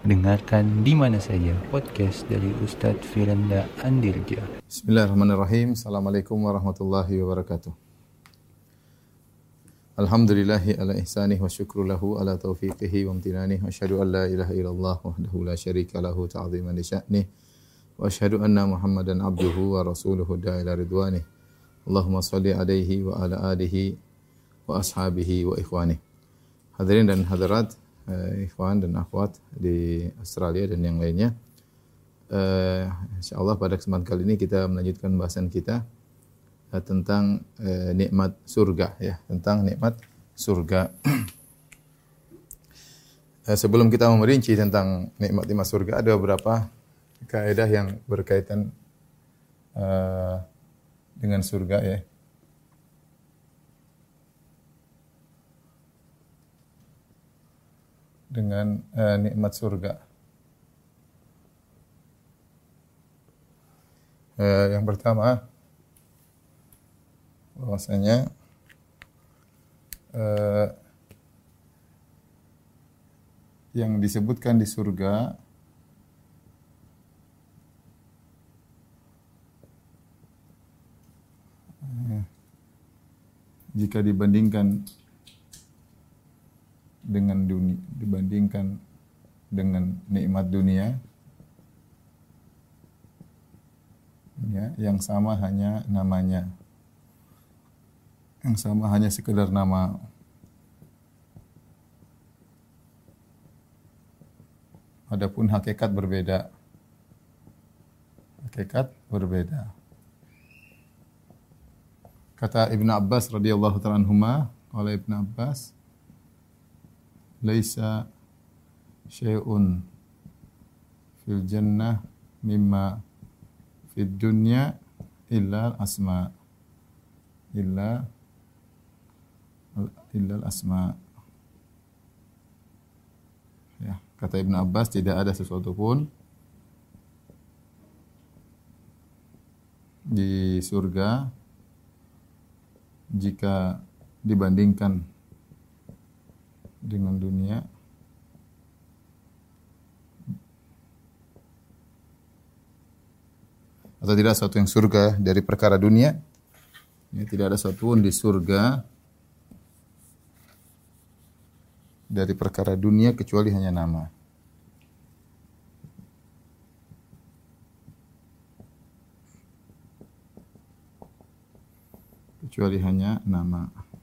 Dengarkan di mana saja podcast dari Ustadz Firanda Andirja. Bismillahirrahmanirrahim. Assalamualaikum warahmatullahi wabarakatuh. Alhamdulillahi ala ihsanih wa syukru lahu ala taufiqihi wa amtinanih. Wa asyhadu an la ilaha illallah wahdahu la syarika lahu ta'ziman li sya'nih. Wa asyhadu anna Muhammadan abduhu wa rasuluhu da'ila ridwanih. Allahumma salli alaihi wa ala alihi wa ashabihi wa ikhwanih. Hadirin dan hadirat, ikhwan dan akhwat di Australia dan yang lainnya. InsyaAllah pada kesempatan kali ini kita melanjutkan bahasan kita tentang nikmat surga, ya, tentang nikmat surga. Sebelum kita merinci tentang nikmat-nikmat surga, ada beberapa kaidah yang berkaitan dengan surga, ya. Dengan nikmat surga. Yang pertama, bahwasanya yang disebutkan di surga jika dibandingkan dengan dunia, dibandingkan dengan nikmat dunia, ya, yang sama hanya namanya, yang sama hanya sekedar nama. Adapun hakikat berbeda. Hakikat berbeda. Kata Ibnu Abbas radhiyallahu ta'ala anhuma, oleh Ibnu Abbas, laisa syai'un fil jannah mimma fid dunya illa al-asma. Illa al-asma. Ya, kata Ibnu Abbas, tidak ada sesuatu pun di surga jika dibandingkan dengan dunia atau tidak sesuatu yang surga dari perkara dunia, ya, tidak ada sesuatu pun di surga dari perkara dunia kecuali hanya nama. Kecuali hanya nama.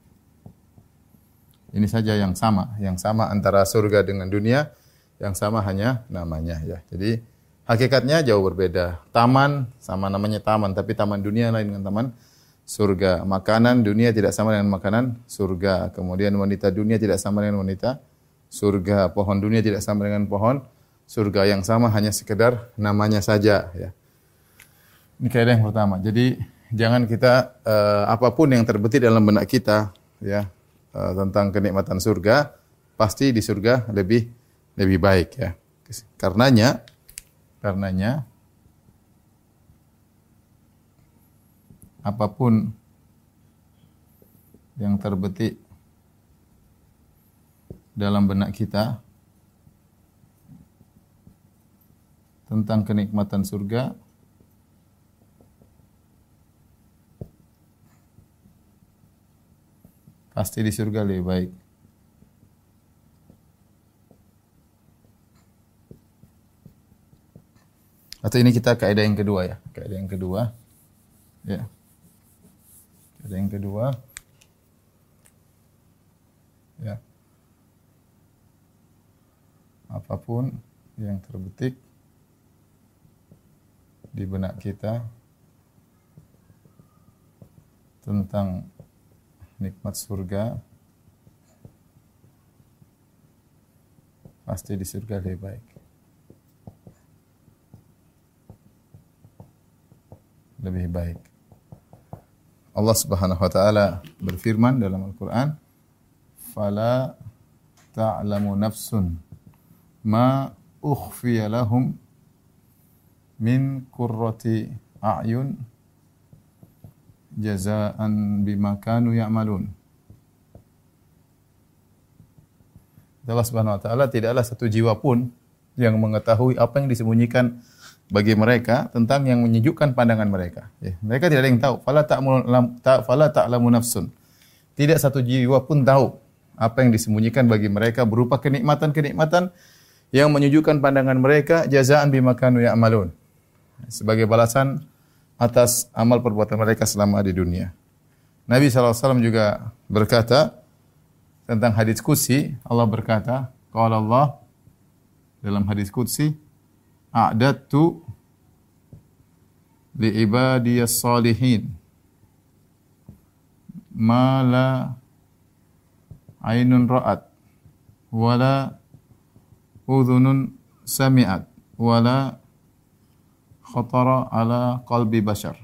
Ini saja yang sama antara surga dengan dunia, yang sama hanya namanya, ya. Jadi hakikatnya jauh berbeda. Taman sama namanya taman, tapi taman dunia lain dengan taman surga. Makanan dunia tidak sama dengan makanan surga. Kemudian wanita dunia tidak sama dengan wanita surga. Pohon dunia tidak sama dengan pohon surga. Yang sama hanya sekedar namanya saja, ya. Ini kaidah yang pertama. Jadi jangan kita apapun yang terbetik dalam benak kita, ya, tentang kenikmatan surga, pasti di surga lebih baik, ya. Karenanya apapun yang terbetik dalam benak kita tentang kenikmatan surga, pasti di surga lebih baik. Atau ini kita kaidah yang kedua, ya. Kaidah yang kedua. Ya. Kaidah yang kedua. Ya. Apapun yang terbetik di benak kita tentang nikmat surga, pasti di surga lebih baik. Lebih baik. Allah Subhanahu wa taala berfirman dalam Al-Qur'an, "Fala ta'lamu nafsun ma ukhfiya lahum min qurrati a'yun jazaan bima kanu ya'malun." Allah Subhanahu wa taala, tidaklah satu jiwa pun yang mengetahui apa yang disembunyikan bagi mereka tentang yang menyejukkan pandangan mereka. Ya, mereka tidak ada yang tahu. Fala ta'lamu nafsun. Tidak satu jiwa pun tahu apa yang disembunyikan bagi mereka berupa kenikmatan-kenikmatan yang menyejukkan pandangan mereka, jazaan bima kanu ya'malun. Sebagai balasan atas amal perbuatan mereka selama di dunia. Nabi SAW juga berkata tentang hadis qudsi, Allah berkata, qala Allah dalam hadis qudsi, a'dadtu li ibadiyas salihin ma la ainun ra'at wala udhunun sami'at wala khatara ala qalbi bashar.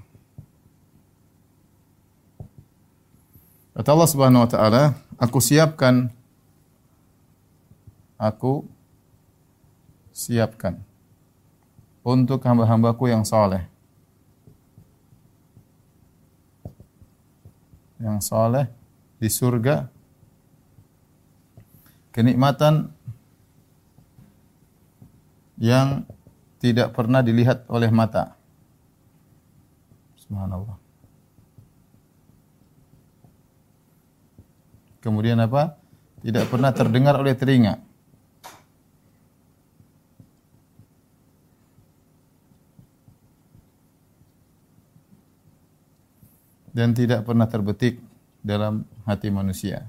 Kata Allah Subhanahu wa taala, aku siapkan untuk hamba-hambaku yang saleh. Yang saleh di surga kenikmatan yang tidak pernah dilihat oleh mata. Subhanallah. Kemudian apa? Tidak pernah terdengar oleh telinga. Dan tidak pernah terbetik dalam hati manusia.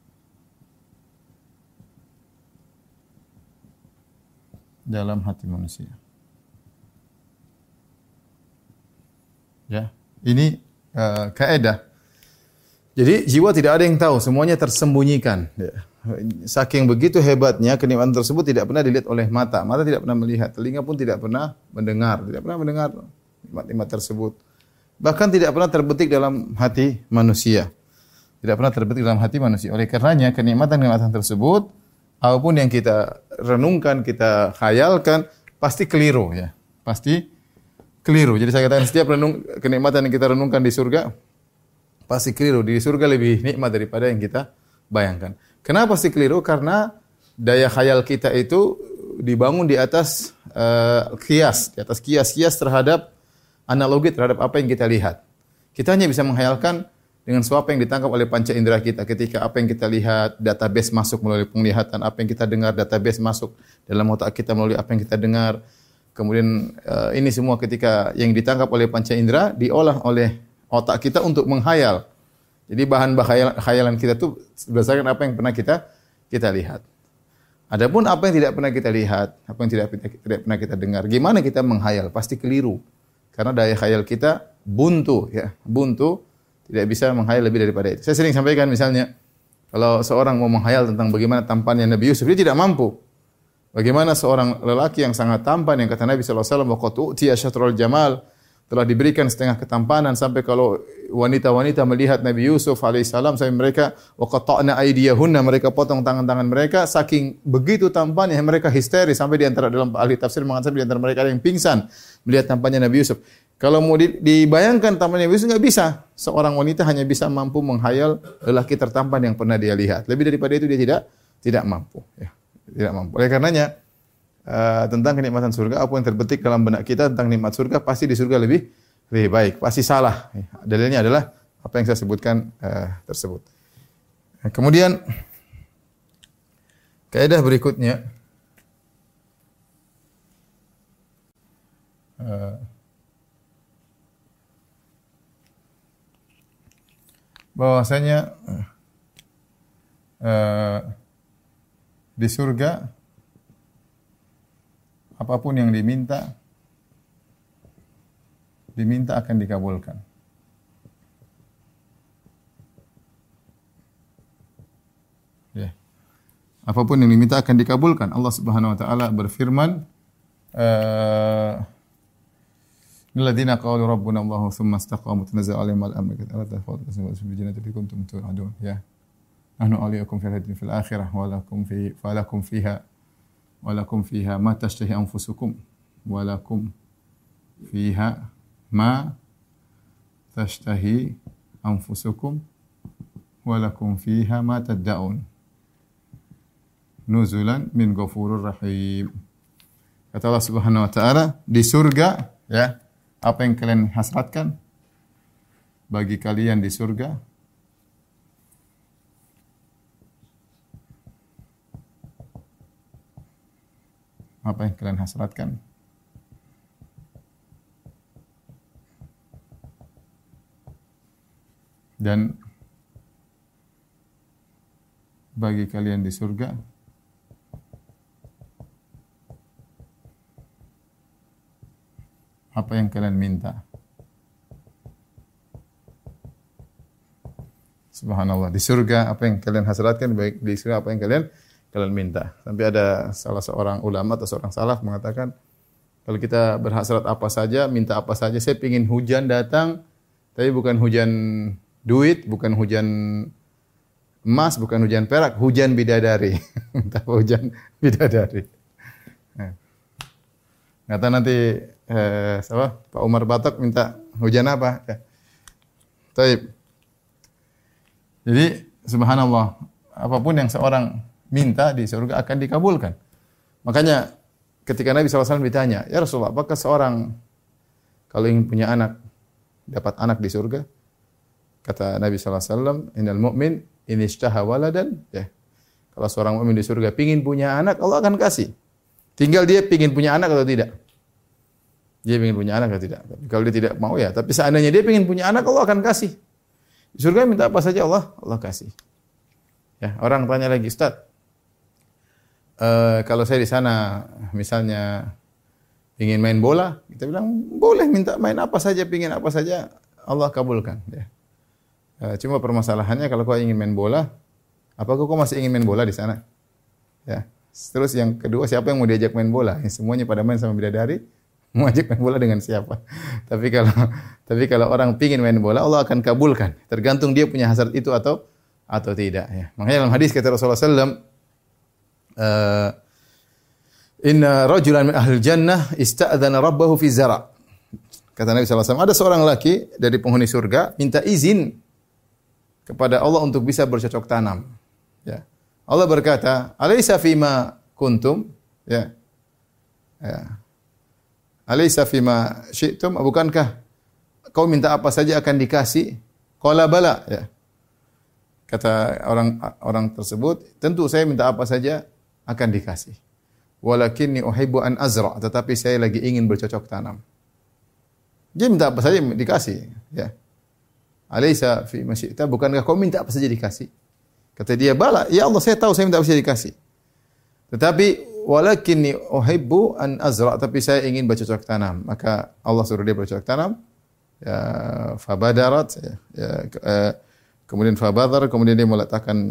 Dalam hati manusia. Ya, ini kaidah. Jadi jiwa tidak ada yang tahu, semuanya tersembunyikan. Ya. Saking begitu hebatnya kenikmatan tersebut tidak pernah dilihat oleh mata. Mata tidak pernah melihat, telinga pun tidak pernah mendengar, nikmat-nikmat tersebut. Bahkan tidak pernah terbetik dalam hati manusia. Tidak pernah terbetik dalam hati manusia. Oleh karenanya kenikmatan-kenikmatan tersebut, apapun yang kita renungkan, kita khayalkan, pasti keliru ya. Pasti keliru. Jadi saya katakan setiap kenikmatan yang kita renungkan di surga pasti keliru. Di surga lebih nikmat daripada yang kita bayangkan. Kenapa pasti keliru? Karena daya khayal kita itu dibangun di atas kias, kias terhadap analogi terhadap apa yang kita lihat. Kita hanya bisa menghayalkan dengan apa yang ditangkap oleh panca indera kita. Ketika apa yang kita lihat, database masuk melalui penglihatan, apa yang kita dengar, database masuk dalam otak kita melalui apa yang kita dengar. Kemudian ini semua ketika yang ditangkap oleh panca indera diolah oleh otak kita untuk menghayal. Jadi bahan khayalan kita itu berdasarkan apa yang pernah kita lihat. Adapun apa yang tidak pernah kita lihat, apa yang tidak pernah kita dengar, gimana kita menghayal? Pasti keliru. Karena daya khayal kita buntu, ya, buntu, tidak bisa menghayal lebih daripada itu. Saya sering sampaikan misalnya, kalau seorang mau menghayal tentang bagaimana tampannya Nabi Yusuf, dia tidak mampu. Bagaimana seorang lelaki yang sangat tampan, yang kata Nabi SAW, waqad u'tiya syatrul jamal, telah diberikan setengah ketampanan, sampai kalau wanita-wanita melihat Nabi Yusuf alaihissalam, sampai mereka waqata'na aydiyahunna, mereka potong tangan-tangan mereka, saking begitu tampannya mereka histeris, sampai di antara dalam ahli tafsir mengatakan di antara mereka ada yang pingsan melihat tampannya Nabi Yusuf. Kalau mau dibayangkan tampannya Nabi Yusuf enggak bisa. Seorang wanita hanya bisa mampu menghayal lelaki tertampan yang pernah dia lihat. Lebih daripada itu dia tidak mampu, ya. Tidak mampu. Oleh karenanya tentang kenikmatan surga, apa yang terbetik dalam benak kita tentang nikmat surga, pasti di surga lebih baik, pasti salah. Dalilnya adalah apa yang saya sebutkan tersebut. Kemudian kaidah berikutnya, bahwasanya di surga apapun yang diminta akan dikabulkan. Ya. Apapun yang diminta akan dikabulkan. Allah Subhanahu wa taala berfirman, "Alladzina qalu rabbuna Allah tsumma istaqamu tanazzalu 'alaihim al-malaikatu alla tadkhulu fi jannati kuntum tu'adun." Ya. Nahnu awliyaukum fil hayati fil akhirah wa lakum fiha ma tashtahi anfusukum wa lakum fiha ma tashtahi anfusukum wa lakum fiha ma tad'un nuzulan min ghafurur rahim. Kata Allah Subhanahu wa taala, di surga ya, apa yang kalian hasratkan bagi kalian di surga? Apa yang kalian hasratkan? Dan bagi kalian di surga apa yang kalian minta? Subhanallah, di surga apa yang kalian hasratkan, baik di surga apa yang kalian minta. Sampai ada salah seorang ulama atau seorang salaf mengatakan, kalau kita berhasrat apa saja, minta apa saja, saya ingin hujan datang, tapi bukan hujan duit, bukan hujan emas, bukan hujan perak, hujan bidadari. Minta hujan bidadari. Kata nanti Pak Umar Batok minta hujan apa? Ya. Taib. Jadi subhanallah, apapun yang seorang minta di surga akan dikabulkan. Makanya ketika Nabi SAW ditanya, ya Rasulullah, apakah seorang kalau ingin punya anak dapat anak di surga? Kata Nabi SAW, innal mu'min in ishtaha waladan, ya. Kalau seorang mukmin di surga pingin punya anak, Allah akan kasih. Tinggal dia pingin punya anak atau tidak. Dia pingin punya anak atau tidak. Kalau dia tidak mau ya, tapi seandainya dia pingin punya anak, Allah akan kasih. Di surga minta apa saja Allah kasih. Ya, orang tanya lagi, Ustaz, kalau saya di sana misalnya ingin main bola, kita bilang boleh minta main apa saja, pingin apa saja, Allah kabulkan. Ya. Cuma permasalahannya kalau kau ingin main bola, apakah kau masih ingin main bola di sana? Ya. Terus yang kedua, siapa yang mau diajak main bola? Semuanya pada main sama bidadari, mau ajak main bola dengan siapa? Tapi kalau orang pingin main bola, Allah akan kabulkan. Tergantung dia punya hasrat itu atau tidak. Ya. Makanya dalam hadis kata Rasulullah SAW, Inna rajulan min ahlil jannah ista'adzana rabbahu fi zara'. Kata Nabi SAW, ada seorang laki dari penghuni surga minta izin kepada Allah untuk bisa bercocok tanam. Ya. Allah berkata, "Alaysa fima kuntum?" Ya. Ya. "Alaysa fima syi'tum?" Bukankah kau minta apa saja akan dikasih? Qala bala, ya. Kata orang tersebut, tentu saya minta apa saja akan dikasih. Walakinni uhibbu an azra', tetapi saya lagi ingin bercocok tanam. Dia minta apa saja dikasih, ya. Alaysa fi masyi'ta, bukankah kau minta apa saja dikasih? Kata dia, bala, ya Allah saya tahu saya minta apa saja dikasih. Tetapi walakinni uhibbu an azra', tapi saya ingin bercocok tanam. Maka Allah suruh dia bercocok tanam. Ya, fabadarat, ya, kemudian fabadar, kemudian dia meletakkan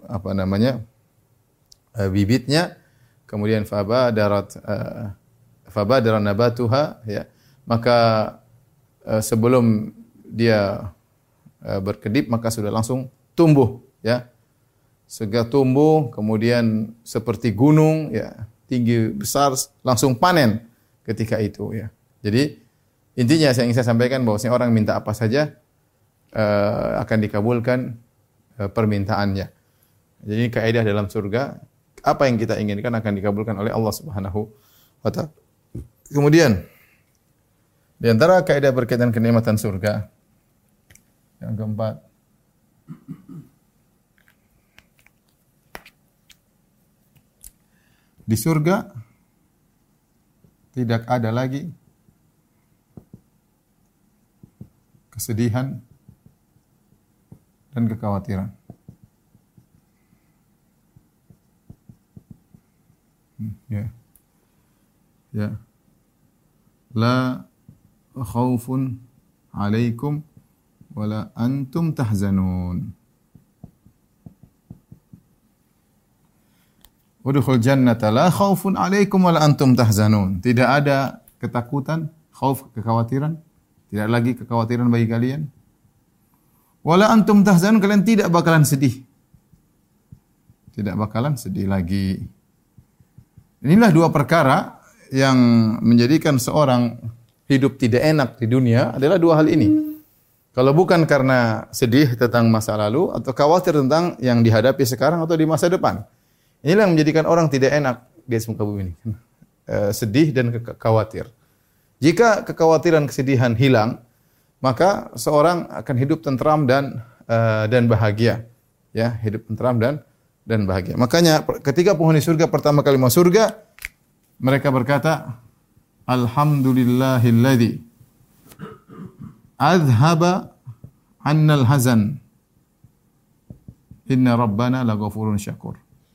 bibitnya, kemudian fabadarat nabatuha, ya. Maka sebelum dia berkedip maka sudah langsung tumbuh, ya. Segera tumbuh, kemudian seperti gunung, ya, tinggi besar, langsung panen ketika itu, ya. Jadi intinya yang ingin saya sampaikan bahwasanya orang minta apa saja akan dikabulkan permintaannya. Jadi kaidah dalam surga, apa yang kita inginkan akan dikabulkan oleh Allah Subhanahu wa taala. Kemudian di antara kaidah berkaitan kenikmatan surga yang keempat, di surga tidak ada lagi kesedihan dan kekhawatiran. Ya. Ya. La khaufun alaikum wala antum tahzanun. Udkhul jannata la khaufun alaikum wala antum tahzanun. Tidak ada ketakutan, khauf, kekhawatiran. Tidak lagi kekhawatiran bagi kalian. Wala antum tahzanun, kalian tidak bakalan sedih. Tidak bakalan sedih lagi. Inilah dua perkara yang menjadikan seorang hidup tidak enak di dunia adalah dua hal ini. Kalau bukan karena sedih tentang masa lalu atau khawatir tentang yang dihadapi sekarang atau di masa depan. Inilah yang menjadikan orang tidak enak di muka bumi ini. sedih dan khawatir. Jika kekhawatiran, kesedihan hilang, maka seorang akan hidup tentram dan bahagia. Ya, hidup tentram dan bahagia. Makanya ketika penghuni surga pertama kali masuk surga, mereka berkata, Alhamdulillahilladzi azhaba 'annal hazan. Inna rabbana laghafurun syakur.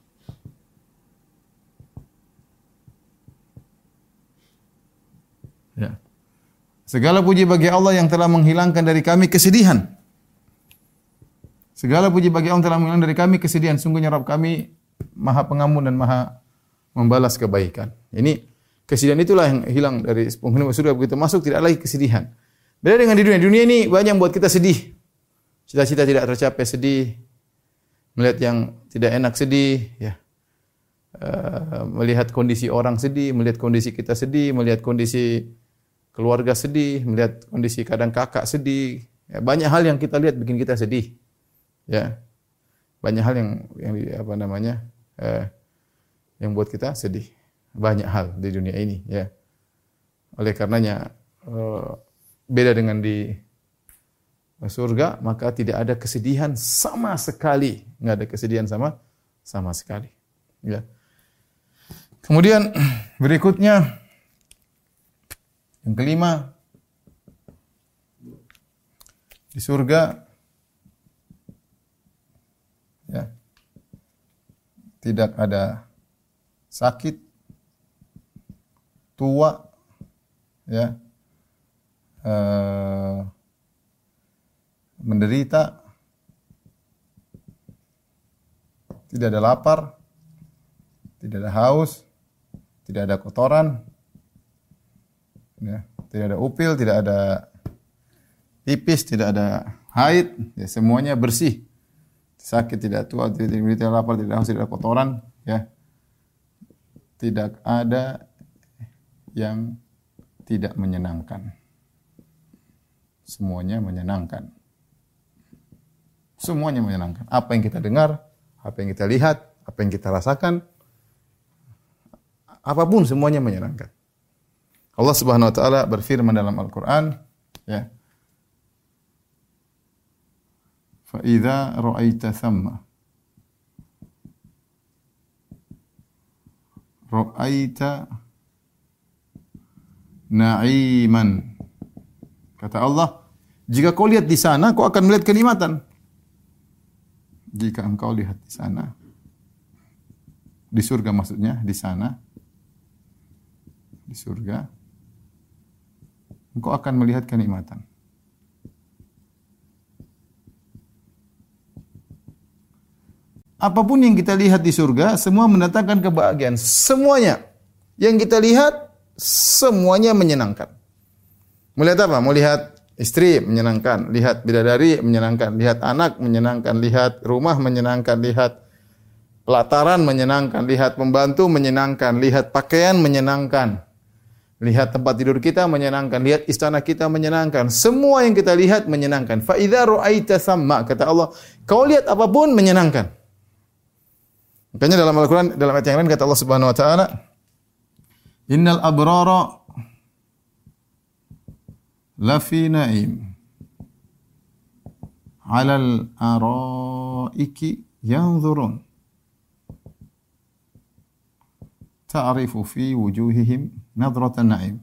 Ya. Segala puji bagi Allah yang telah menghilangkan dari kami kesedihan. Segala puji bagi Allah yang telah menghilangkan dari kami kesedihan. Sungguhnya Rabb kami Maha Pengampun dan Maha membalas kebaikan. Ini kesedihan itulah yang hilang dari penghuni surga. Begitu masuk tidak lagi kesedihan. Beda dengan di dunia. Dunia ini banyak yang buat kita sedih. Cita-cita tidak tercapai sedih. Melihat yang tidak enak sedih. Ya. Melihat kondisi orang sedih. Melihat kondisi kita sedih. Melihat kondisi keluarga sedih. Melihat kondisi kadang kakak sedih. Ya, banyak hal yang kita lihat bikin kita sedih. Ya. Banyak hal yang buat kita sedih. Banyak hal di dunia ini, ya. Oleh karenanya beda dengan di surga, maka tidak ada kesedihan sama sekali, enggak ada kesedihan sama sekali, ya. Kemudian berikutnya yang kelima, di surga ya tidak ada sakit, tua, ya, menderita, tidak ada lapar, tidak ada haus, tidak ada kotoran, ya, tidak ada upil, tidak ada pipis, tidak ada haid, ya, semuanya bersih. Sakit, tidak tua, tidak lapar, tidak haus, tidak ada kotoran, ya. Tidak ada yang tidak menyenangkan. Semuanya menyenangkan. Semuanya menyenangkan. Apa yang kita dengar, apa yang kita lihat, apa yang kita rasakan, apapun semuanya menyenangkan. Allah Subhanahu wa taala berfirman dalam Al-Qur'an, ya. Fa idza ra'aita thamma ra'aita na'iman. Kata Allah, jika kau lihat di sana, kau akan melihat kenikmatan. Jika engkau lihat di sana, di surga maksudnya, di sana, di surga, engkau akan melihat kenikmatan. Apapun yang kita lihat di surga, semua mendatangkan kebahagiaan. Semuanya yang kita lihat, semuanya menyenangkan. Melihat apa? Melihat istri menyenangkan, lihat bidadari menyenangkan, lihat anak menyenangkan, lihat rumah menyenangkan, lihat pelataran menyenangkan, lihat pembantu menyenangkan, lihat pakaian menyenangkan, lihat tempat tidur kita menyenangkan, lihat istana kita menyenangkan. Semua yang kita lihat menyenangkan. Fa idza ra'aita thamma, kata Allah, kau lihat apapun menyenangkan. Makanya dalam Al-Quran, dalam ayat yang lain kata Allah Subhanahu wa taala, Innal abrara lafi na'im 'alal araiki yanzurun ta'rifu fi wujuhihim nadratan na'im.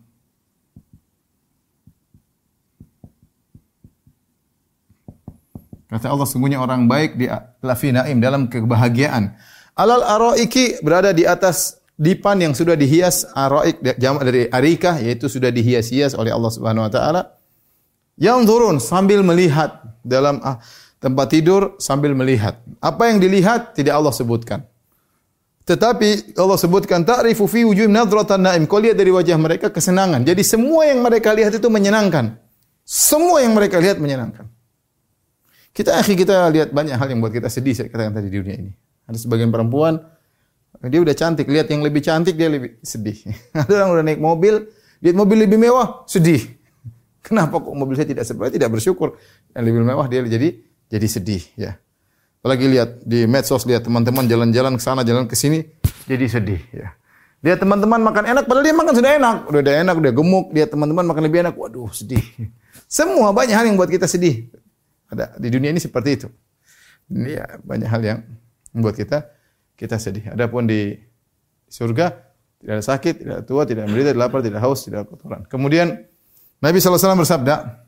Kata Allah, sungguhnya orang baik di lafi na'im, dalam kebahagiaan. Alal araiki, berada di atas dipan yang sudah dihias. Araik jamak dari arikah, yaitu sudah dihias-hias oleh Allah Subhanahu wa taala. Yang turun sambil melihat, dalam tempat tidur sambil melihat. Apa yang dilihat tidak Allah sebutkan. Tetapi Allah sebutkan ta'rifu fi wujuhim nadratan na'im. Kau lihat dari wajah mereka kesenangan. Jadi semua yang mereka lihat itu menyenangkan. Semua yang mereka lihat menyenangkan. Kita lihat banyak hal yang buat kita sedih, saya katakan tadi di dunia ini. Ada sebagian perempuan, dia udah cantik, lihat yang lebih cantik dia lebih sedih. Ada orang udah naik mobil, lihat mobil lebih mewah, sedih. Kenapa kok mobil saya tidak seperti, tidak bersyukur. Yang lebih mewah dia jadi sedih, ya. Apalagi lihat di medsos, lihat teman-teman jalan-jalan ke sana, jalan ke sini, jadi sedih, ya. Lihat teman-teman makan enak, padahal dia makan sudah enak. Udah enak, udah gemuk. Lihat teman-teman makan lebih enak. Waduh, sedih. Semua banyak hal yang buat kita sedih. Ada di dunia ini seperti itu. Ini ya, banyak hal yang membuat kita sedih. Adapun di surga tidak ada sakit, tidak ada tua, tidak ada menderita, tidak lapar, tidak haus, tidak ada kotoran. Kemudian Nabi SAW bersabda,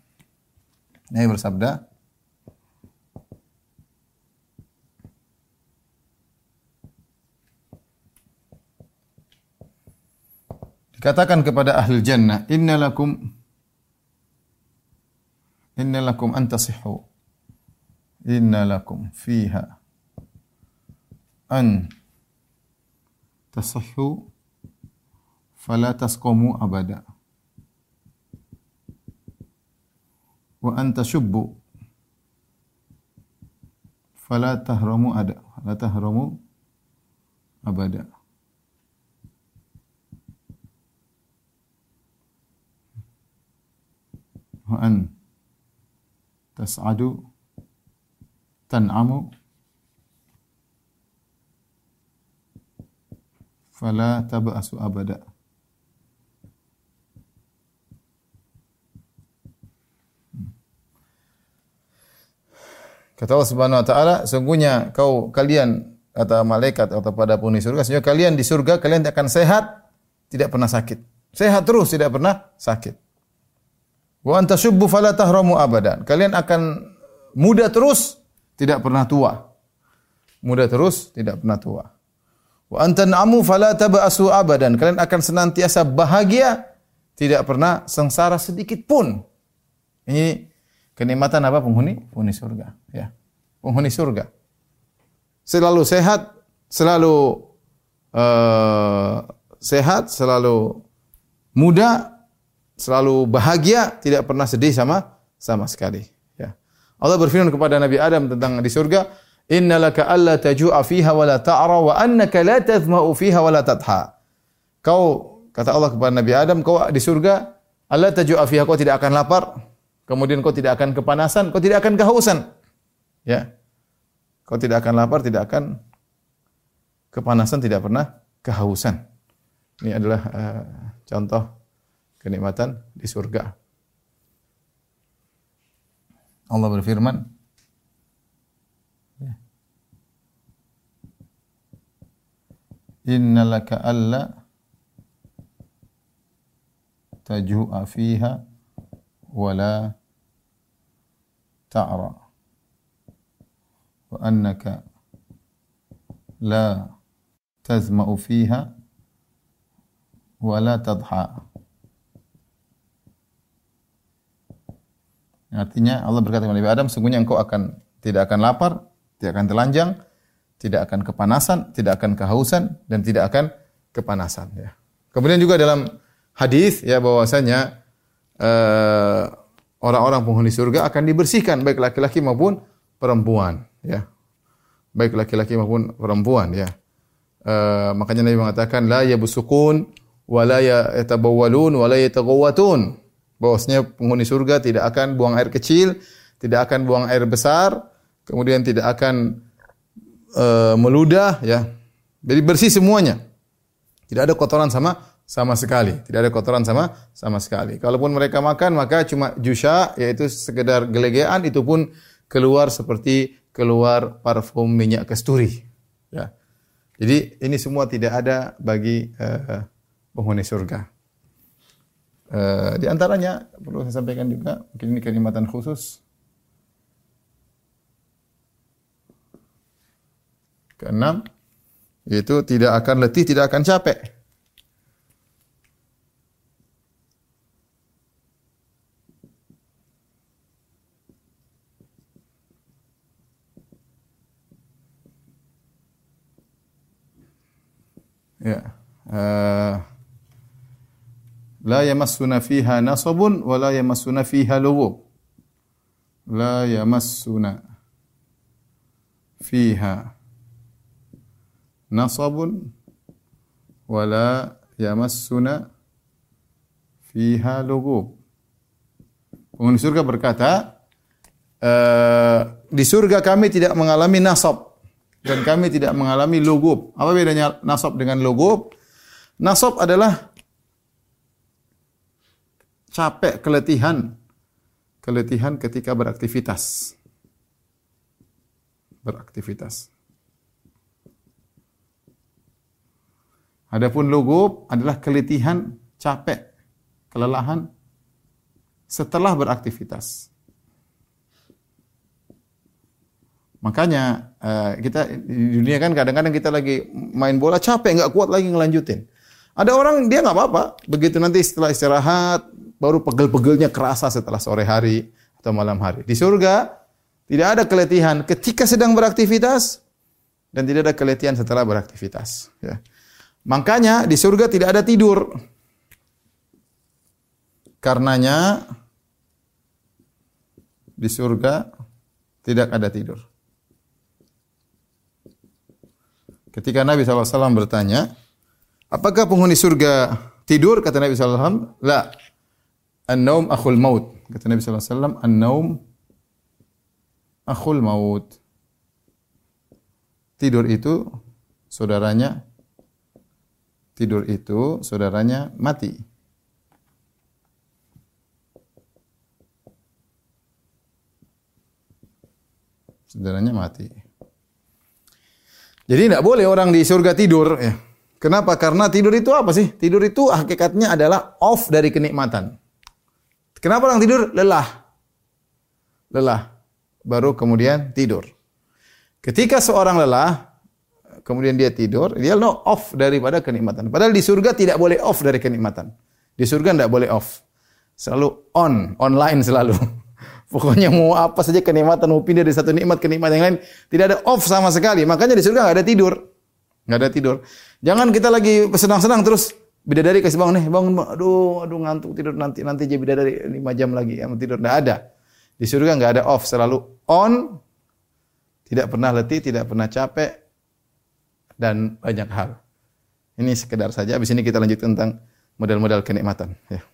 dikatakan kepada ahli jannah, innalakum antasihhu, innalakum fiha an tasihhu fala tasqumu abada wa an tashubbu fala tahramu abada. Wa an tas'adu tan'amu fala tab'asu abada. Kata Allah Subhanahu wa taala, sungguhnya kalian kata malaikat atau pada penghuni surga, sungguhnya kalian di surga kalian akan sehat, tidak pernah sakit. Sehat terus, tidak pernah sakit. Wa anta syubbu fala tahramu abadan. Kalian akan muda terus, tidak pernah tua. Muda terus, tidak pernah tua. Wa anta na'amu fala tab'asu abadan. Kalian akan senantiasa bahagia, tidak pernah sengsara sedikit pun. Ini kenikmatan apa penghuni surga, ya. Penghuni surga. Selalu sehat, selalu selalu muda, selalu bahagia, tidak pernah sedih sama sekali. Ya. Allah berfirman kepada Nabi Adam tentang di surga, innalaka alla taju'a fiha wa la ta'ra wa annaka la tazma'u fiha wa la tadha. Kau, kata Allah kepada Nabi Adam, kau di surga, alla taju'a fiha, kau tidak akan lapar, kemudian kau tidak akan kepanasan, kau tidak akan kehausan. Ya. Kau tidak akan lapar, tidak akan kepanasan, tidak pernah kehausan. Ini adalah contoh kenikmatan di surga. Allah berfirman, innalaka alla taju'a fiha wa la ta'ra wa annaka la tazma'u fiha wa la tadha. Artinya Allah berkata kepada Nabi Adam, sungguhnya engkau tidak akan lapar, tidak akan telanjang, tidak akan kepanasan, tidak akan kehausan, dan tidak akan kepanasan. Ya. Kemudian juga dalam hadis ya bahwasanya orang-orang penghuni surga akan dibersihkan baik laki-laki maupun perempuan. Ya. Baik laki-laki maupun perempuan. Ya. Makanya Nabi mengatakan la yabsukun wa la yatabawwalun wa la yataghawwatun. Bahwasanya penghuni surga tidak akan buang air kecil, tidak akan buang air besar, kemudian tidak akan meludah, ya. Jadi bersih semuanya. Tidak ada kotoran sama sekali. Tidak ada kotoran sama sekali. Kalaupun mereka makan, maka cuma jusha, yaitu sekedar gelegean, itu pun keluar seperti keluar parfum minyak kasturi. Ya. Jadi ini semua tidak ada bagi penghuni surga. Di antaranya perlu saya sampaikan juga, mungkin ini kenikmatan khusus. Keenam, yaitu tidak akan letih, tidak akan capek. Ya. La yamassuna fiha nasabun wa la yamassuna fiha lughub. La yamassuna fiha nasabun wa la yamassuna fiha lughub. Penghuni surga berkata, di surga kami tidak mengalami nasab dan kami tidak mengalami lughub. Apa bedanya nasab dengan lughub? Nasab adalah capek, keletihan. Keletihan ketika beraktivitas. Beraktivitas. Adapun lugub adalah keletihan, capek, kelelahan setelah beraktivitas. Makanya kita di dunia kan kadang-kadang kita lagi main bola capek, nggak kuat lagi ngelanjutin. Ada orang dia nggak apa-apa, begitu nanti setelah istirahat baru pegel-pegelnya kerasa setelah sore hari atau malam hari. Di surga tidak ada keletihan ketika sedang beraktivitas dan tidak ada keletihan setelah beraktivitas. Ya. Makanya di surga tidak ada tidur. Karenanya di surga tidak ada tidur. Ketika Nabi SAW bertanya, apakah penghuni surga tidur? Kata Nabi SAW, la. An-naum akhul maut. Kata Nabi SAW, an-naum akhul maut. Tidur itu saudaranya mati. Saudaranya mati. Jadi tidak boleh orang di surga tidur. Ya. Kenapa? Karena tidur itu apa sih? Tidur itu hakikatnya adalah off dari kenikmatan. Kenapa orang tidur? Lelah. Lelah. Baru kemudian tidur. Ketika seorang lelah, kemudian dia tidur, dia off daripada kenikmatan. Padahal di surga tidak boleh off dari kenikmatan. Di surga tidak boleh off. Selalu online selalu. Pokoknya mau apa saja kenikmatan, mau pindah dari satu nikmat ke nikmat yang lain, tidak ada off sama sekali. Makanya di surga nggak ada tidur, nggak ada tidur. Jangan kita lagi senang-senang terus bidadari kasih bangun nih, bangun, aduh ngantuk tidur nanti aja bidadari 5 jam lagi yang tidur. Nggak ada. Di surga nggak ada off, selalu on, tidak pernah letih, tidak pernah capek, dan banyak hal. Ini sekedar saja. Habis ini kita lanjut tentang model-model kenikmatan. Ya.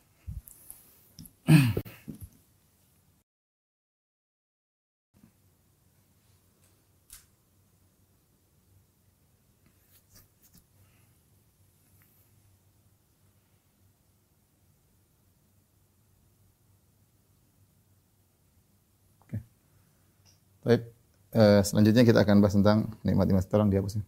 Baik, selanjutnya kita akan bahas tentang nikmat-nikmat. Tolong dihapus.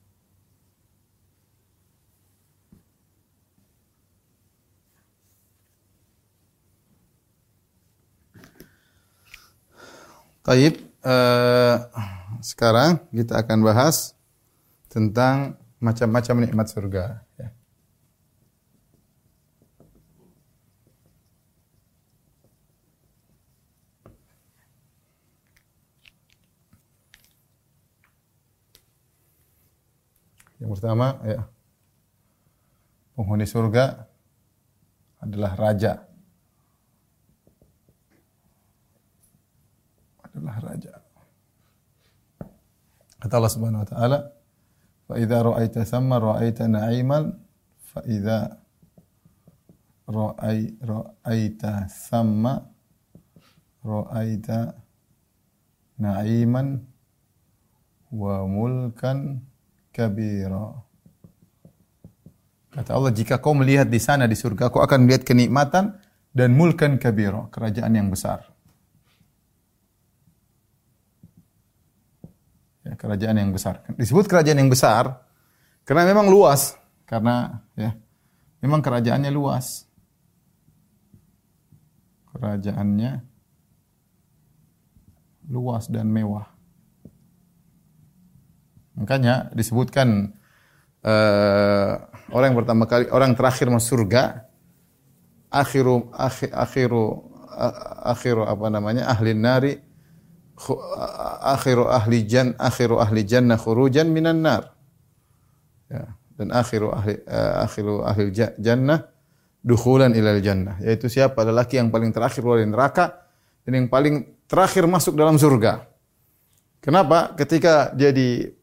Baik, sekarang kita akan bahas tentang macam-macam nikmat surga. Ya. Yang pertama, ya, penghuni surga adalah raja. Kata Allah Subhanahu wa taala, "Fa idza ra'aita thamma ra'aita na'iman fa idza ra'aita thamma ra'aita na'iman wa mulkan kabira." Kata Allah, jika kau melihat di sana di surga, kau akan melihat kenikmatan dan mulkan kabira, kerajaan yang besar. Ya, kerajaan yang besar. Disebut kerajaan yang besar karena memang luas, karena ya memang kerajaannya luas. Kerajaannya luas dan mewah. Makanya disebutkan orang yang pertama kali, orang terakhir masuk surga, akhiru apa namanya, ahli nari, akhiru ahli jannah khurujan minan nar. Ya, dan akhiru ahli jannah dukhulan ilal jannah, yaitu siapa? Lelaki yang paling terakhir keluar dari neraka dan yang paling terakhir masuk dalam surga. Kenapa? Ketika dia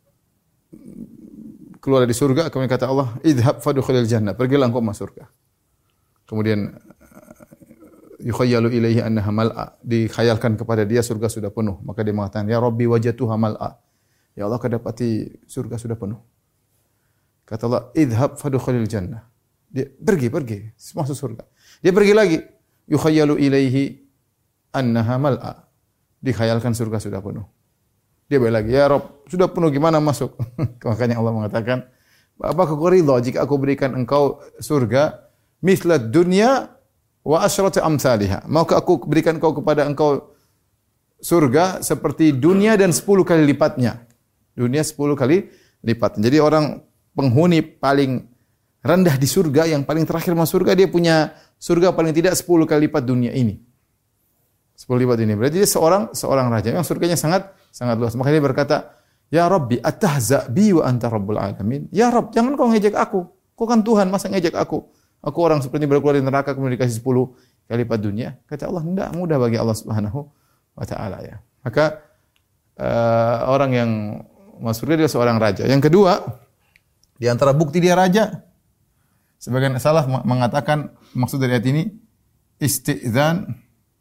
keluar dari surga, kemudian kata Allah, idhab fadkhulil jannah, pergilah engkau masuk surga. Kemudian yukhayyalu ilaihi annaha mal'a, dikhayalkan kepada dia surga sudah penuh, maka dia mengatakan, ya Rabbi wajadtuha mal'a, ya Allah kedapati surga sudah penuh. Kata Allah, idhab fadkhulil jannah, Dia pergi, masuk surga. Dia pergi lagi. Yukhayyalu ilaihi annaha mal'a. Dikhayalkan surga sudah penuh. Dia balik lagi, ya Rabb, sudah penuh gimana masuk? Makanya Allah mengatakan, apakah kau ridha jika aku berikan engkau surga mislat dunya wa asyrati amsalihha? Maukah aku berikan kepada engkau surga seperti dunia dan 10 kali lipatnya? Dunia 10 kali lipatnya. Jadi orang penghuni paling rendah di surga, yang paling terakhir masuk surga, dia punya surga paling tidak 10 kali lipat dunia ini. 10 lipat ini. Berarti dia seorang raja yang surganya sangat luas. Makanya dia berkata, "Ya Rabbi, atahza bi wa anta rabbul alamin." Ya Rabb, jangan kau ngejek aku. Kau kan Tuhan, masa ngejek aku? Aku orang seperti baru keluar dari neraka kemudian dikasih 10 kali lipat dunia. Kata Allah, enggak, mudah bagi Allah Subhanahu wa taala ya. Maka orang yang masuk surga dia seorang raja. Yang kedua, di antara bukti dia raja, sebagian salah mengatakan maksud dari ayat ini isti'dzan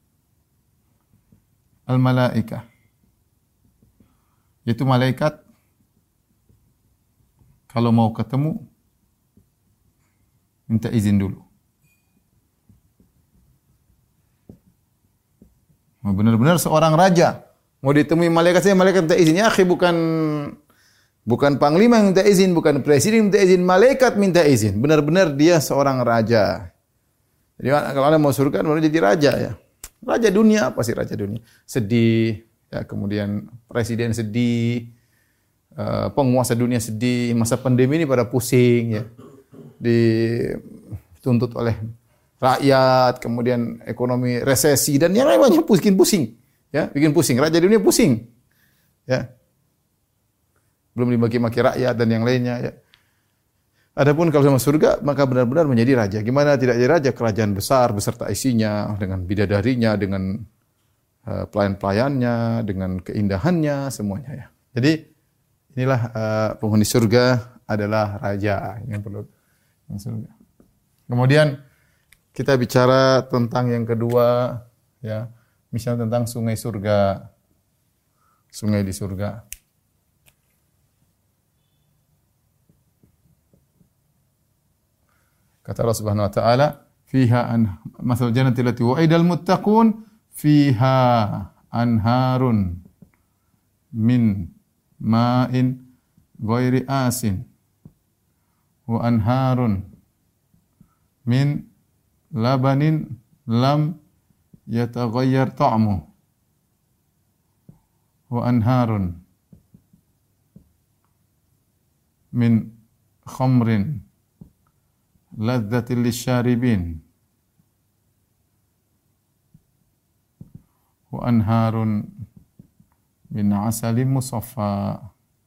al-malaikah. Yaitu malaikat kalau mau ketemu minta izin dulu. Benar-benar seorang raja mau ditemui malaikat, saya malaikat minta izin. Ya akhi, bukan panglima yang minta izin, bukan presiden minta izin, malaikat minta izin. Benar-benar dia seorang raja. Jadi kalau Anda mau surga, baru jadi raja ya. Raja dunia, apa sih raja dunia? Sedih, ya, kemudian presiden sedih, penguasa dunia sedih, masa pandemi ini pada pusing ya. Dituntut oleh rakyat, kemudian ekonomi resesi dan yang lainnya bikin pusing. Ya, bikin pusing. Raja dunia pusing. Ya. Belum dimaki-maki rakyat dan yang lainnya ya. Adapun kalau sama surga maka benar-benar menjadi raja. Gimana tidak jadi raja? Kerajaan besar beserta isinya dengan bidadarinya, dengan pelayan-pelayannya, dengan keindahannya semuanya ya. Jadi inilah penghuni surga adalah raja yang perlu surga. Kemudian kita bicara tentang yang kedua ya, misalnya tentang sungai surga. Sungai di surga. Kata Allah Subhanahu wa taala, "Fiha mathal jannati allati wa'idal muttaqun, fiha anharun min ma'in ghairi asin wa anharun min labanin lam yataghayyar ta'muhu wa anharun min khamrin ladzatil lisyaribin wa anharun min asalin musaffa."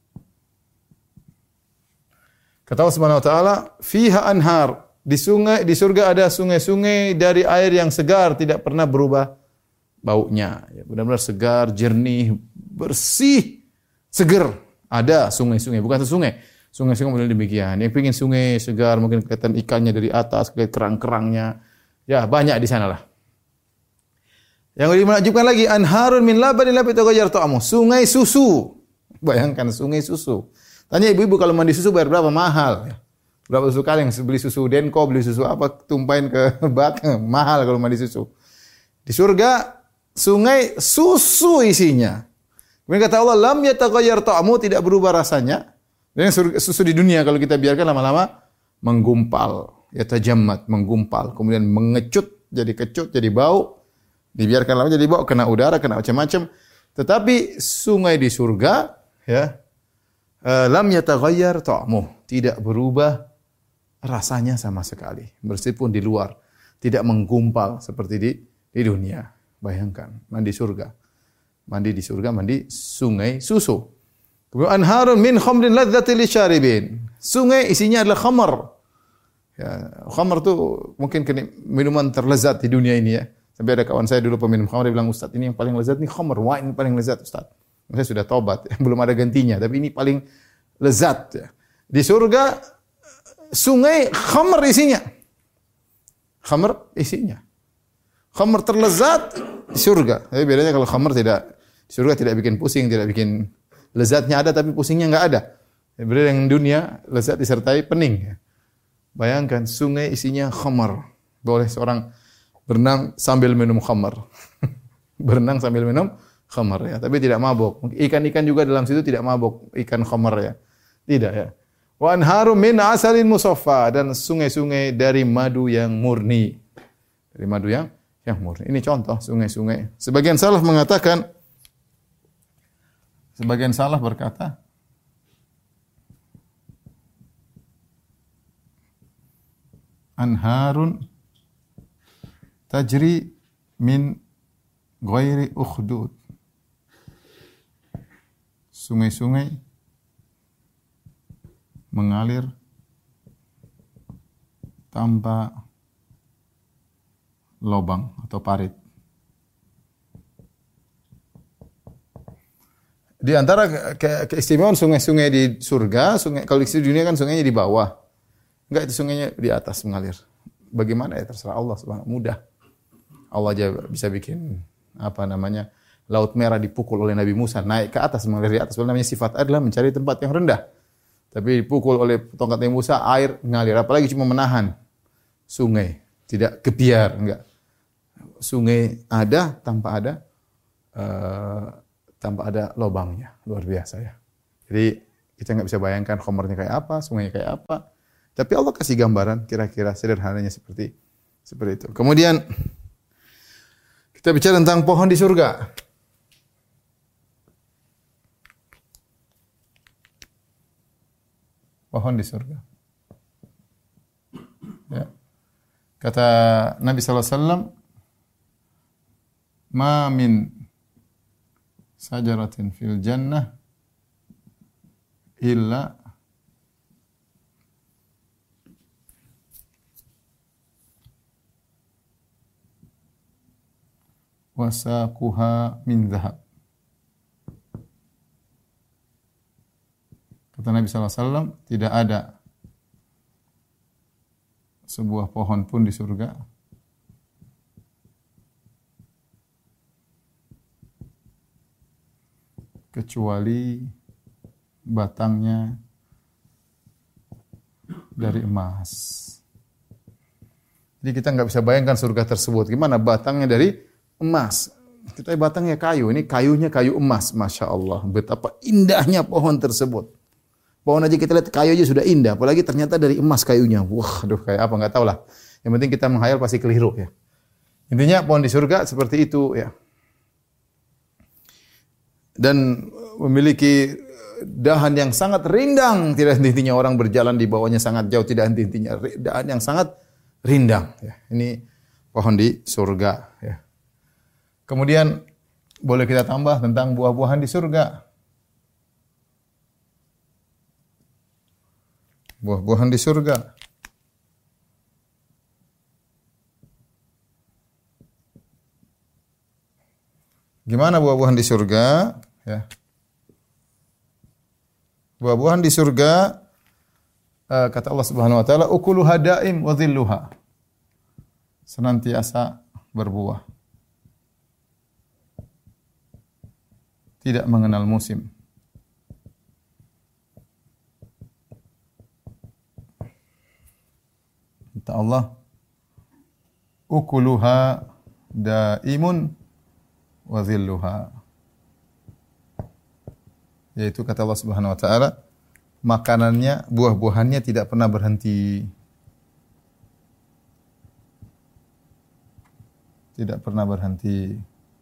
Kata Allah Subhanahu wa taala, "Fiha anhar." Di surga ada sungai-sungai dari air yang segar, tidak pernah berubah baunya. Ya, benar-benar segar, jernih, bersih, seger. Ada sungai-sungai, bukan sungai. Sungai-sungai model demikian. Yang pengin sungai segar, mungkin kelihatan ikannya dari atas, kelihatan kerang-kerangnya. Ya, banyak di sana lah. Yang lebih menakjubkan lagi, anharun min labanin lam yataghayyar ta'muhu. Sungai susu. Bayangkan sungai susu. Tanya ibu-ibu kalau mandi susu bayar berapa? Mahal. Berapa susu kalian beli susu Denko, beli susu apa, tumpahin ke bak, mahal kalau mandi susu. Di surga sungai susu isinya. Kemudian kata Allah, lam yataghayyar ta'muhu, tidak berubah rasanya. Dan susu di dunia kalau kita biarkan lama-lama menggumpal, yatajammat, menggumpal, kemudian mengecut, jadi kecut, jadi bau. Dibiarkan lama jadi bau, kena udara, kena macam-macam. Tetapi sungai di surga ya, lam yataghayyar ta'muhu, tidak berubah rasanya sama sekali. Meskipun di luar tidak menggumpal seperti di dunia. Bayangkan, mandi surga. Mandi di surga, mandi sungai susu. Kemudian anharun min khamrin ladzatil lisyaribin. Sungai isinya adalah khamar. Ya, khamar itu mungkin minuman terlezat di dunia ini ya. Sampai ada kawan saya dulu peminum khamar, dia bilang, "Ustaz, ini yang paling lezat nih khamar, wine paling lezat, Ustaz." Saya sudah taubat, belum ada gantinya, tapi ini paling lezat ya. Di surga sungai khamar isinya. Khamar isinya. Khamar terlezat di surga. Tapi bedanya kalau khamar tidak di surga tidak bikin pusing, tidak bikin lezatnya ada tapi pusingnya enggak ada. Berbeda dengan dunia, lezat disertai pening. Bayangkan sungai isinya khamar. Boleh seorang berenang sambil minum khamar. Berenang sambil minum khamar ya, tapi tidak mabuk. Ikan-ikan juga dalam situ tidak mabuk, ikan khamar ya. Tidak ya. Wa anharum min asalin musaffa, dan sungai-sungai dari madu yang murni. Dari madu yang murni. Ini contoh sungai-sungai. Sebagian salaf berkata, anharun tajri min ghairi ukhdud. Sungai-sungai mengalir tanpa lubang atau parit. Di antara keistimewaan sungai-sungai di surga, kalau di dunia kan sungainya di bawah. Enggak, itu sungainya di atas mengalir. Bagaimana ya, terserah Allah Subhanahu, mudah. Allah aja bisa bikin Laut Merah dipukul oleh Nabi Musa, naik ke atas, mengalir di atas. Namanya sifat adalah mencari tempat yang rendah. Tapi dipukul oleh tongkat Nabi Musa, air mengalir. Apalagi cuma menahan sungai, tidak gebiar, enggak. Sungai ada tanpa ada lubangnya, luar biasa ya. Jadi kita nggak bisa bayangkan khamarnya kayak apa, sungainya kayak apa. Tapi Allah kasih gambaran kira-kira sederhananya seperti itu. Kemudian kita bicara tentang pohon di surga. Pohon di surga. Ya. Kata Nabi sallallahu alaihi wasallam, "Ma min sajaratin fil jannah illa wasaquha min dhahab." Kata Nabi SAW, tidak ada sebuah pohon pun di surga kecuali batangnya dari emas. Jadi kita nggak bisa bayangkan surga tersebut. Gimana batangnya dari emas? Kita batangnya kayu, ini kayunya kayu emas. Masya Allah, betapa indahnya pohon tersebut. Pohon aja kita lihat kayu aja sudah indah, apalagi ternyata dari emas kayunya. Wah, aduh, kayak apa nggak tahu lah. Yang penting kita menghayal pasti keliru ya. Intinya pohon di surga seperti itu ya. Dan memiliki dahan yang sangat rindang, tidak henti-hentinya orang berjalan di bawahnya sangat jauh, tidak henti-hentinya, dahan yang sangat rindang ya. Ini pohon di surga ya. Kemudian boleh kita tambah tentang buah-buahan di surga. Buah-buahan di surga. Gimana buah-buahan di surga? Ya. Buah-buahan di surga, kata Allah Subhanahu wa taala, ukuluha daim wa dhilluha. Senantiasa berbuah. Tidak mengenal musim. Kata Allah, ukuluha daimun wa dhilluha. Yaitu kata Allah Subhanahu wa taala, makanannya, buah-buahannya tidak pernah berhenti. Tidak pernah berhenti.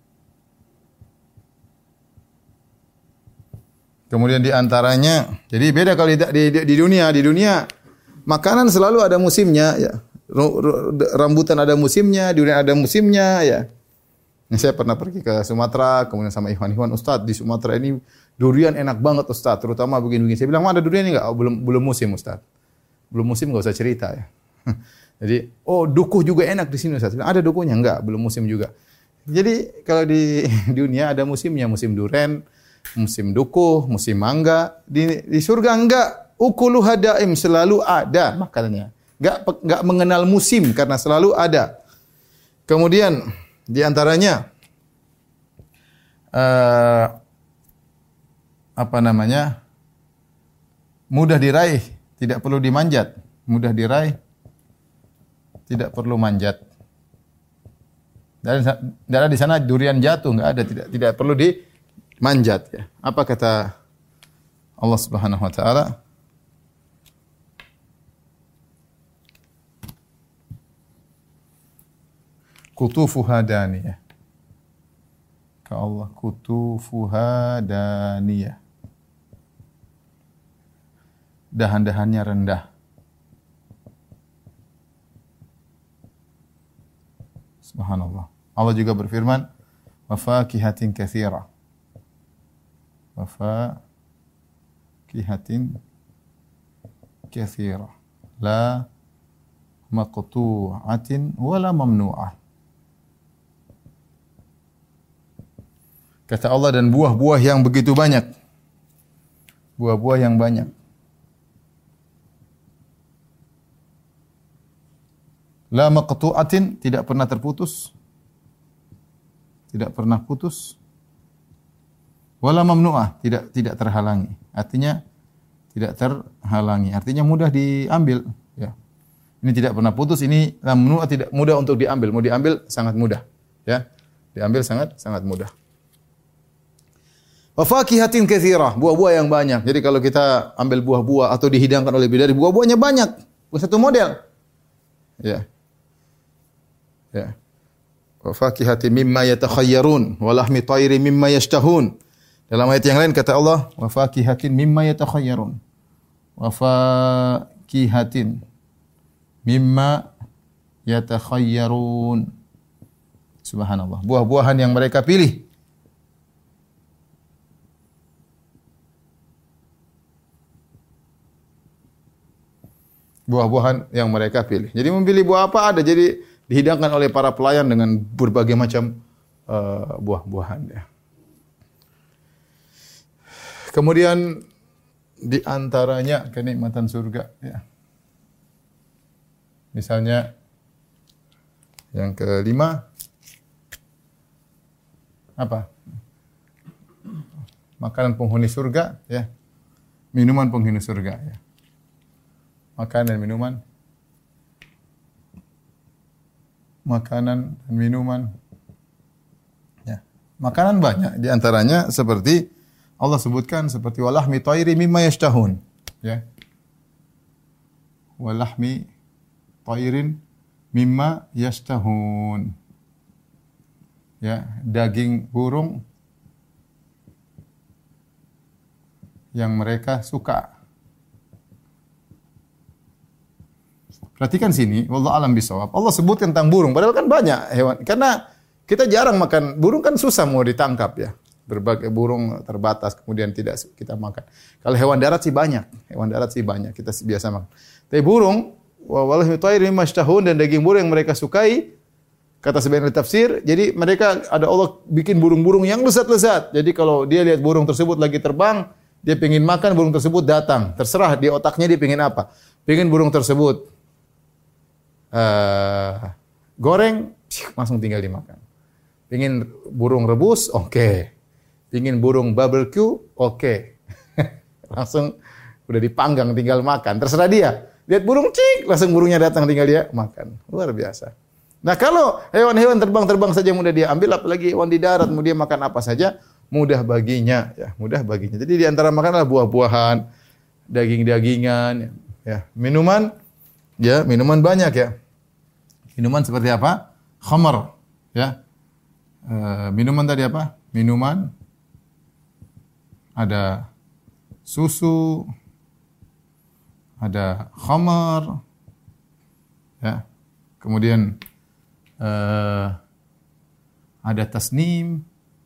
Kemudian di antaranya, jadi beda kalau di dunia makanan selalu ada musimnya ya. Rambutan ada musimnya, durian ada musimnya ya. Saya pernah pergi ke Sumatera, kemudian sama Ikhwan, Ustaz, di Sumatera ini durian enak banget Ustaz, terutama begini-begini. Saya bilang, ada durian enggak? Oh, belum musim Ustaz. Belum musim enggak usah cerita ya. Jadi, dukuh juga enak di sini Ustaz. Ada dukuhnya? Enggak, belum musim juga. Jadi, kalau di dunia ada musimnya, musim durian, musim dukuh, musim mangga. Di surga enggak. Ukuluha daim, selalu ada makanannya. Enggak mengenal musim karena selalu ada. Kemudian di antaranya mudah diraih, tidak perlu dimanjat. mudah diraih, tidak perlu manjat. Dan tidak ada di sana durian jatuh, enggak ada, tidak perlu dimanjat ya. Apa kata Allah Subhanahu wa taala? Kutufuha daniyah. Ka Allah kutufuha daniyah. Dahan-dahannya rendah. Subhanallah. Allah juga berfirman, wa fakihatin katsira. Wa fakihatin katsira. La maqtu'atin wala mamnu'ah. Kata Allah, dan buah-buah yang begitu banyak. Buah-buah yang banyak. La maqtu'atin, tidak pernah terputus. Tidak pernah putus. Wala mamnu'ah, tidak terhalangi. Artinya tidak terhalangi. Artinya mudah diambil, ya. Ini tidak pernah putus, ini la mamnu'ah, tidak mudah untuk diambil. Mau diambil sangat mudah, ya. Diambil sangat mudah. Wa fakihatin katsira, buah-buah yang banyak. Jadi kalau kita ambil buah-buah atau dihidangkan oleh bidadari, buah-buahnya banyak. Bukan satu model. Ya. Ya. Wa fakihatin mimma yatakhayyarun wa lahmi tayrin mimma yashtahun. Dalam ayat yang lain kata Allah, wa fakihatin mimma yatakhayyarun. Wa fakihatin mimma yatakhayyarun. Subhanallah. Buah-buahan yang mereka pilih. Buah-buahan yang mereka pilih. Jadi memilih buah apa ada. Jadi dihidangkan oleh para pelayan dengan berbagai macam buah-buahan. Ya. Kemudian di antaranya kenikmatan surga. Ya. Misalnya yang kelima apa? Makanan penghuni surga. Ya. Minuman penghuni surga. Ya. Makanan dan minuman. Makanan dan minuman. Ya. Makanan banyak. Di antaranya seperti Allah sebutkan seperti walahmi tayri mimma yashtahun. Ya. Walahmi tayrin mimma yashtahun. Ya, daging burung yang mereka suka. Perhatikan sini, wallahu alam bisawab. Allah sebut tentang burung, padahal kan banyak hewan. Karena kita jarang makan burung, kan susah mau ditangkap ya. Berbagai burung terbatas, kemudian tidak kita makan. Kalau hewan darat sih banyak, kita biasa makan. Tapi burung, wallahi tayri mashtahun, dan daging burung yang mereka sukai, kata sebagian tafsir, jadi mereka ada Allah bikin burung-burung yang lezat-lezat. Jadi kalau dia lihat burung tersebut lagi terbang, dia pengen makan, burung tersebut datang. Terserah di otaknya dia pengen apa. Pengen burung tersebut goreng, langsung tinggal dimakan. Pengin burung rebus, oke. Pengin burung barbecue, oke. Langsung udah dipanggang, tinggal makan. Terserah dia. Lihat burung, langsung burungnya datang, tinggal dia makan. Luar biasa. Nah kalau hewan-hewan terbang-terbang saja mudah dia ambil, apalagi hewan di darat, mau dia makan apa saja, mudah baginya. Ya, mudah baginya. Jadi di antara makanan buah-buahan, daging-dagingan, ya, minuman, ya, minuman banyak ya. Minuman seperti apa? Khamar, ya. Minuman tadi apa? Minuman ada susu, ada khamar, ya. Kemudian ada tasnim,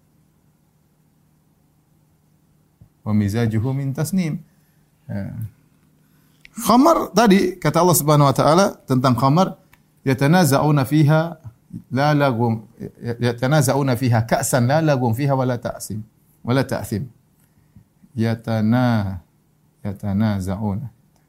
wa mizajuhu min tasnim. Ya. Khamar tadi kata Allah Subhanahu wa taala tentang khamar, yatanaza'una fiha la lagum, yatanaza'una fiha ka'san la lagum fiha wala ta'sim wala ta'thim. Yatanaza'una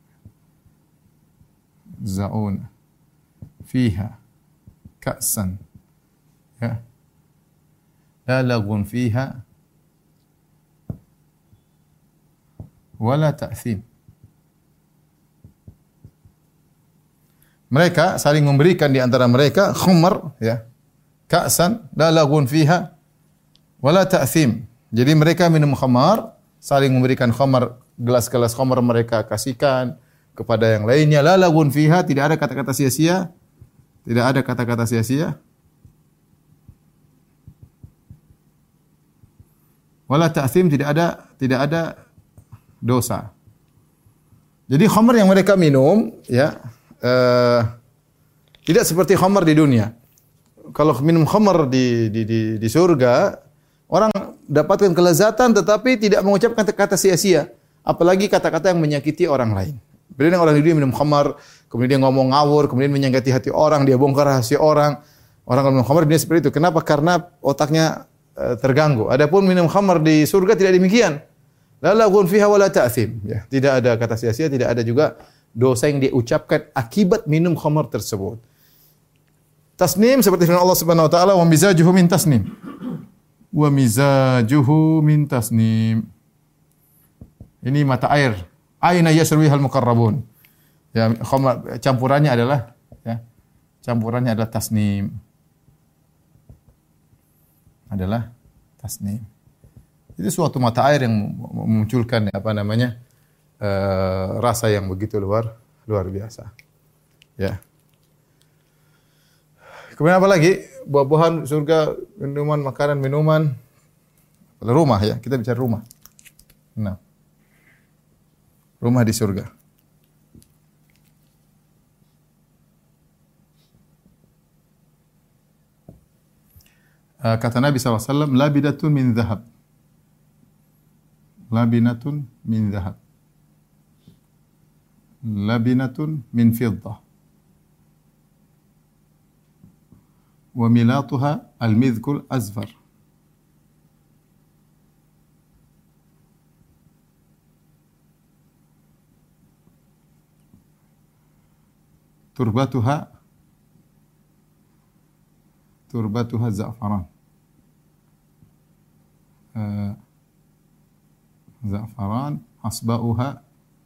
fiha ka'san, ya, la lagum fiha wala ta'thim. Mereka saling memberikan di antara mereka khamr, ya. Ka'san la lagun fiha wala ta'thim. Jadi mereka minum khamar, saling memberikan khamar, gelas-gelas khamar mereka kasihkan kepada yang lainnya. La lagun fiha, tidak ada kata-kata sia-sia. Tidak ada kata-kata sia-sia. Wala ta'thim, tidak ada dosa. Jadi khamar yang mereka minum, ya, tidak seperti khamar di dunia. Kalau minum khamar di surga, orang dapatkan kelezatan tetapi tidak mengucapkan kata sia-sia, apalagi kata-kata yang menyakiti orang lain. Beda dengan orang di dunia minum khamar, kemudian dia ngomong ngawur, kemudian menyakiti hati orang, dia bongkar rahasia orang. Orang minum khamar di dunia seperti itu. Kenapa? Karena otaknya terganggu. Adapun minum khamar di surga tidak demikian. La lagun fiha wala ta'thim. Ya, tidak ada kata sia-sia, tidak ada juga dosa yang diucapkan akibat minum khamar tersebut. Tasnim seperti firman Allah Subhanahu wa taala, wa mizajuhu min tasnim. Wa mizajuhu min tasnim. Ini mata air. Aina yasruhal muqarrabun. Ya, khamar campurannya adalah tasnim. Adalah tasnim. Itu suatu mata air yang memunculkan rasa yang begitu luar biasa. Ya. Kemudian apa lagi? Buah-buahan surga, minuman, makanan, minuman. Rumah, ya. Kita bicara rumah. Nah. Rumah di surga. Kata Nabi SAW, labidatun min zahab. Labinatun min zahab. Labinatun min fiddah. Wa milatuha al-midhkul azfar. Turbatuha za'faran. Za'faran, asba'uha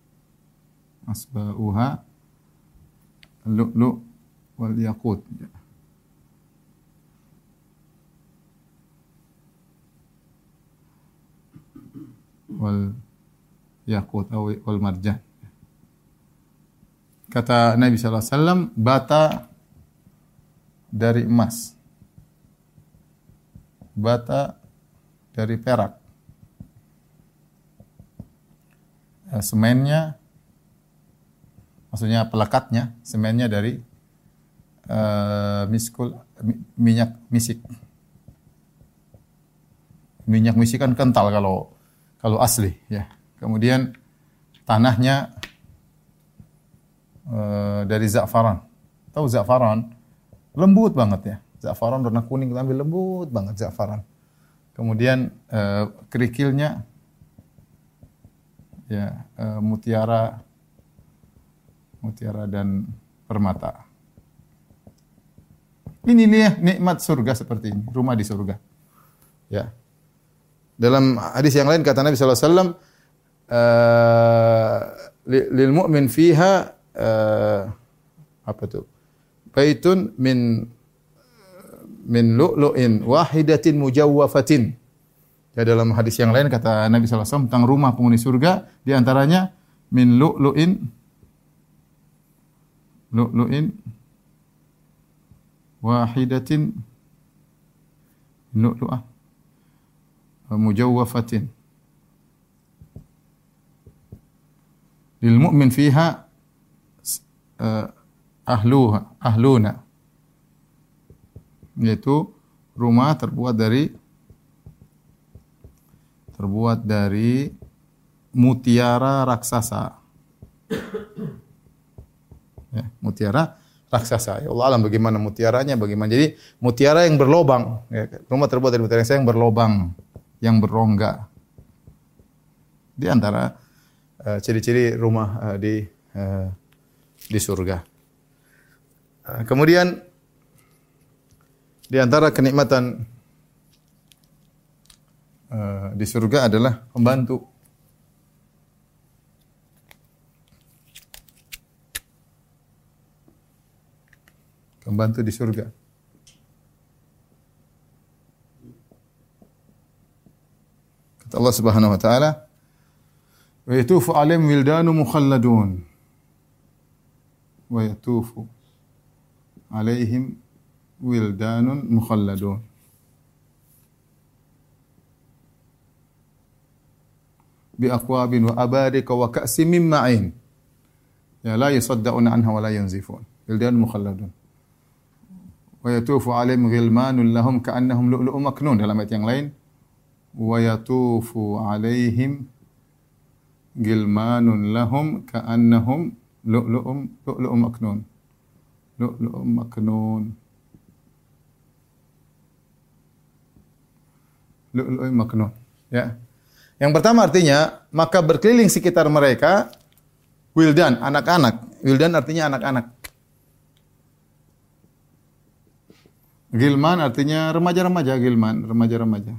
al-lu'lu' wal yaqut. Wal yaqut wal marjan. Kata Nabi sallallahu alaihi wasallam, bata dari emas. Bata dari perak. Semennya, maksudnya pelekatnya, semennya dari minyak misik. Minyak misik kan kental kalau asli, ya. Kemudian tanahnya dari za'faran. Tahu za'faran? Lembut banget, ya. Za'faran warna kuning tapi lembut banget za'faran. Kemudian kerikilnya ya mutiara dan permata. Ini nih nikmat surga seperti ini, rumah di surga. Ya. Dalam hadis yang lain kata Nabi sallallahu alaihi wasallam, lil mu'min fiha apa tuh? Baitun min lu'lu'in wahidatin mujawwafatin. Ya, dalam hadis yang lain kata Nabi sallallahu alaihi wasallam tentang rumah penghuni surga, di antaranya min lu'lu'in wahidatin lu'lu'ah mujawwafatin. Lil mu'min fiha ahluna, yaitu rumah terbuat dari mutiara raksasa. Ya, mutiara raksasa. Ya Allah alam bagaimana mutiaranya, bagaimana. Jadi mutiara yang berlobang, ya, rumah terbuat dari mutiara yang berlobang, yang berongga. Di antara ciri-ciri rumah di surga. Kemudian di antara kenikmatan di surga adalah pembantu. pembantu di surga. Kata Allah Subhanahu wa taala, "Wa yatufu 'alaihim wildanu mukhalladun." Wa yatufu 'alaihim wildanun mukhalladun. Bi aqwabin wa abarika wa ka'sim min ma'in. Ya la yusaddauna anha wa la yunzifun. Wildanun mukhalladun. Wa yatufu 'alaihim ghilmanun lahum ka'annahum lu'lu'un maknun, dalam ayat yang lain. Wa yatufu 'alaihim ghilmanun lahum ka'annahum lu'lu'un maknun. Lu'lu'un maknun. Lu'lu'un maknun. Ya. Yang pertama artinya, maka berkeliling sekitar mereka wildan, anak-anak. Wildan artinya anak-anak. Gilman artinya remaja-remaja, gilman, remaja-remaja.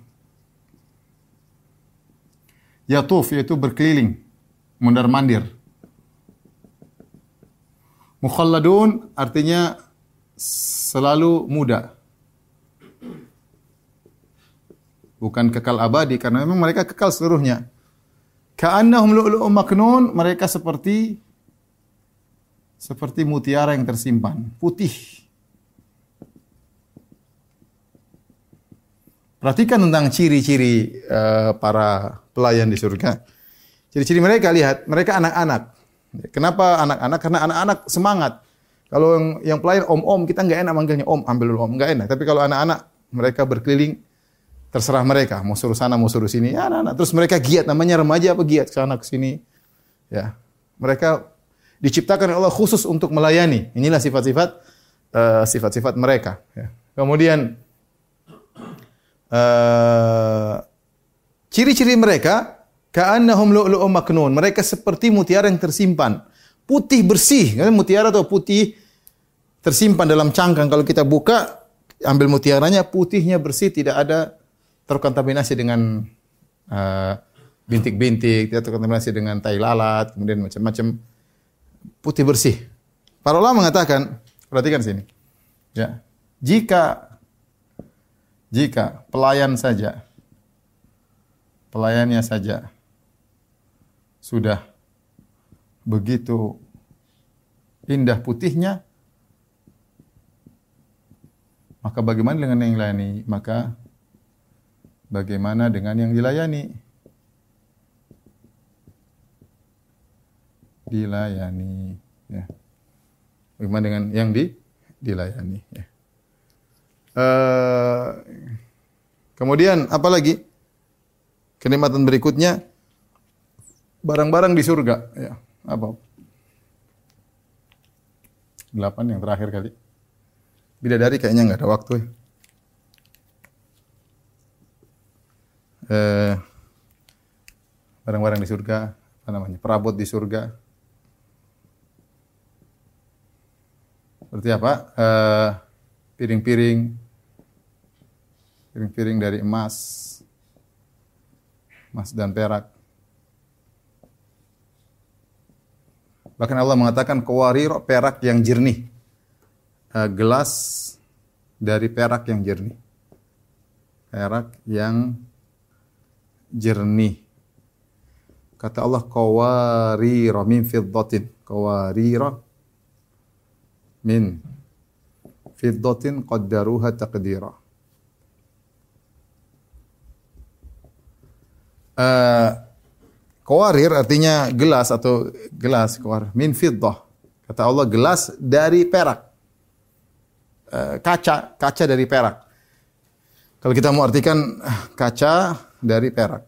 Yatuf yaitu berkeliling, mondar-mandir. Mukhalladun artinya selalu muda. Bukan kekal abadi, karena memang mereka kekal seluruhnya. Ka'annahum lu'lu'un maknun, mereka seperti mutiara yang tersimpan, putih. Perhatikan tentang ciri-ciri para pelayan di surga. Ciri-ciri mereka, lihat, mereka anak-anak. Kenapa anak-anak? Karena anak-anak semangat. Kalau yang pelayan om-om, kita nggak enak manggilnya om, ambil dulu om, nggak enak. Tapi kalau anak-anak, mereka berkeliling, terserah mereka, mau suruh sana, mau suruh sini, ya anak-anak. Terus mereka giat, namanya remaja apa giat, ke sana ke sini. Ya, mereka diciptakan oleh Allah khusus untuk melayani. Inilah sifat-sifat mereka. Ya. Kemudian ciri-ciri mereka, ka'annahum lu'lu'un maknun. Mereka seperti mutiara yang tersimpan, putih bersih. Mutiara atau putih tersimpan dalam cangkang. Kalau kita buka, ambil mutiaranya, putihnya bersih, tidak ada terkontaminasi dengan bintik-bintik, tidak terkontaminasi dengan tai lalat, kemudian macam-macam, putih bersih. Para ulama mengatakan, perhatikan sini, ya, jika pelayannya saja sudah begitu indah putihnya, maka bagaimana dengan yang dilayani? Maka bagaimana dengan yang dilayani? Dilayani. Ya. Bagaimana dengan yang dilayani? Ya. Kemudian apa lagi? Kenikmatan berikutnya, barang-barang di surga. Ya. Apa? 8 yang terakhir kali. Bidadari kayaknya nggak ada waktu. Barang-barang di surga, apa namanya? Perabot di surga. Seperti apa? Piring-piring dari emas dan perak. Bahkan Allah mengatakan qawarir, perak yang jernih. Gelas dari perak yang jernih. Perak yang jernih. Kata Allah, qawarira min fiddatin. Qawarira min fiddatin qaddaruha taqdira. Qawarir artinya gelas atau gelas, qawarir min fiddah. Kata Allah, gelas dari perak. Kaca dari perak. Kalau kita mau artikan kaca dari perak.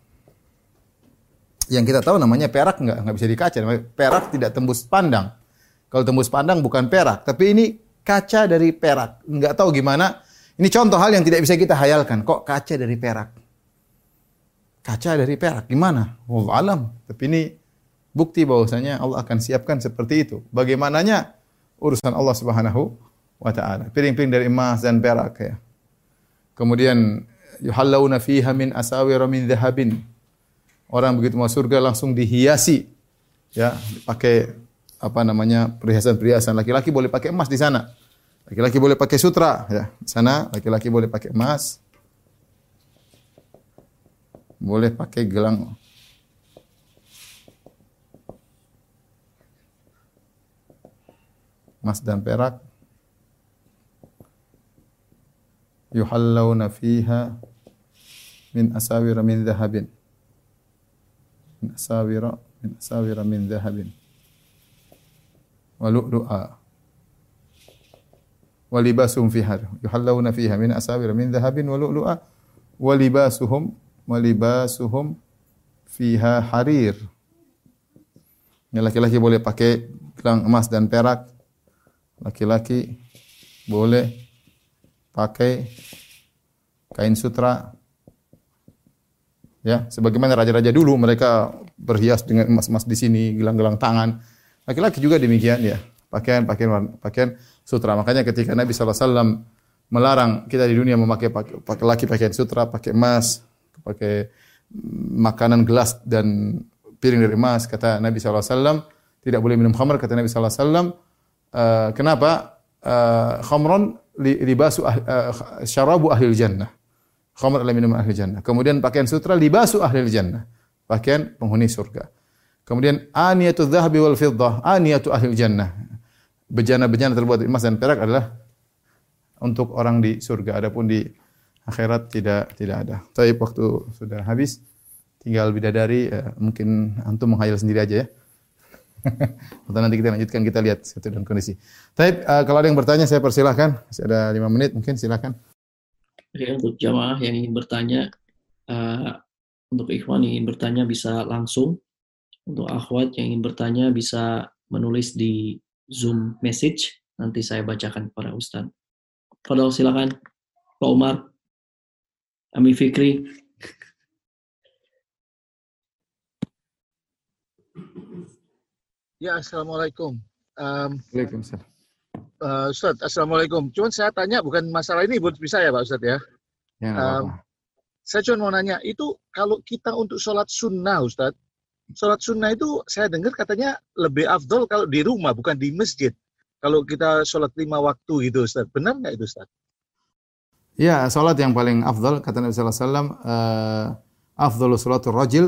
Yang kita tahu namanya perak enggak bisa dikaca. Perak tidak tembus pandang. Kalau tembus pandang bukan perak, tapi ini kaca dari perak. Enggak tahu gimana. Ini contoh hal yang tidak bisa kita hayalkan. Kok kaca dari perak? Kaca dari perak gimana? Wallahu alam. Tapi ini bukti bahwasanya Allah akan siapkan seperti itu. Bagaimananya urusan Allah Subhanahu wa taala. Piring-piring dari emas dan perak ya. Kemudian yuhallawna fiha min asawira min dhahabin. Orang begitu masuk surga langsung dihiasi ya, pakai apa namanya? Perhiasan-perhiasan. Laki-laki boleh pakai emas di sana. Laki-laki boleh pakai sutra, ya. Di sana laki-laki boleh pakai emas, boleh pakai gelang emas dan perak. Yuhallawna fiha min asawira min dhahabin. Min asawira min dhahabin. Wa lu'lu'a. Wa libasuhum fiha. Yuhallawna fiha min asawira min dhahabin wa lu'lu'a. Wa libasuhum fiha harir. Laki-laki boleh pakai gelang emas dan perak. Laki-laki boleh pakai kain sutra. Ya, sebagaimana raja-raja dulu mereka berhias dengan emas-emas di sini, gelang-gelang tangan. Laki-laki juga demikian ya, pakaian sutra. Makanya ketika Nabi sallallahu alaihi wasallam melarang kita di dunia memakai laki pakaian sutra, pakai emas, pakai makanan gelas dan piring dari emas, kata Nabi sallallahu alaihi wasallam, tidak boleh minum khamr, kata Nabi sallallahu alaihi wasallam. Kenapa? Khamron libasu syarabu ahlil jannah. Khamr adalah minuman ahli jannah. Kemudian pakaian sutra libasu ahlil jannah. Pakaian penghuni surga. Kemudian aniyatu dhahabi wal fiddah, aniyatu ahlil jannah. Bejana-bejana terbuat dari emas dan perak adalah untuk orang di surga. Adapun di akhirat tidak ada. Tapi waktu sudah habis, tinggal bidadari, mungkin antum menghayal sendiri aja ya. Atau nanti kita lanjutkan, kita lihat situasi dan kondisi. Tapi kalau ada yang bertanya saya persilahkan. Masih ada 5 menit mungkin, silakan. Ya, untuk jamaah yang ingin bertanya, untuk ikhwan yang ingin bertanya bisa langsung. Untuk akhwat yang ingin bertanya bisa menulis di Zoom message. Nanti saya bacakan kepada Ustaz. Fadal silakan. Pak Umar. Ami Fikri. Ya, Assalamualaikum. Waalaikumsalam. Ustaz, Assalamualaikum. Cuman saya tanya bukan masalah ini, bisa ya Pak Ustaz ya? Ya, apa-apa. Saya cuma mau nanya, itu kalau kita untuk sholat sunnah Ustaz, sholat sunnah itu saya dengar katanya lebih afdol kalau di rumah, bukan di masjid. Kalau kita sholat 5 waktu gitu Ustaz. Benar nggak itu Ustaz? Ya, sholat yang paling afdal, kata Nabi sallallahu alaihi wasallam, afdalu sholatur rajul,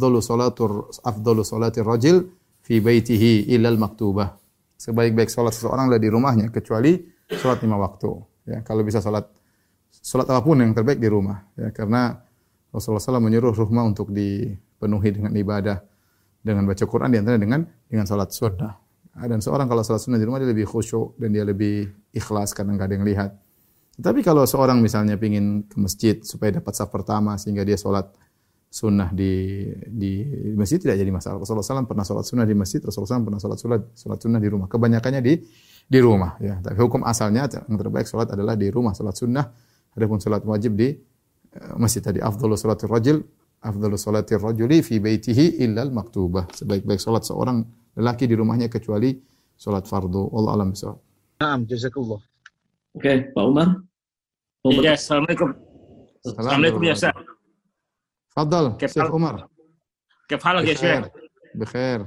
afdalu sholatir rajul fi baitihi illal maktubah. Sebaik-baik salat seseorang adalah di rumahnya kecuali salat 5 waktu. Ya, kalau bisa salat apapun yang terbaik di rumah. Ya, karena Rasulullah SAW menyuruh rumah untuk dipenuhi dengan ibadah, dengan baca Quran, di antaranya dengan salat sunnah. Dan seorang kalau salat sunnah di rumah dia lebih khusyuk dan dia lebih ikhlas karena enggak ada yang lihat. Tapi kalau seorang misalnya pingin ke masjid supaya dapat saf pertama sehingga dia salat sunnah di masjid tidak jadi masalah. Rasulullah SAW pernah sholat sunnah di masjid, Rasulullah SAW pernah sholat sunnah di rumah. Kebanyakannya di rumah. Ya. Tapi hukum asalnya yang terbaik sholat adalah di rumah, sholat sunnah. Adapun sholat wajib di masjid tadi. Afdalu sholatir rajul, afdalu sholatir rajuli fi baitihi illal maktubah. Sebaik-baik sholat seorang lelaki di rumahnya kecuali sholat fardu. Wallahu a'lam bishawab. Naam, jazakallah. Oke, Pak Umar. Ya, Assalamualaikum. Assalamualaikum ya Ustaz. Fadal, Syekh Umar. Kif halak ya Syekh? Bikhair.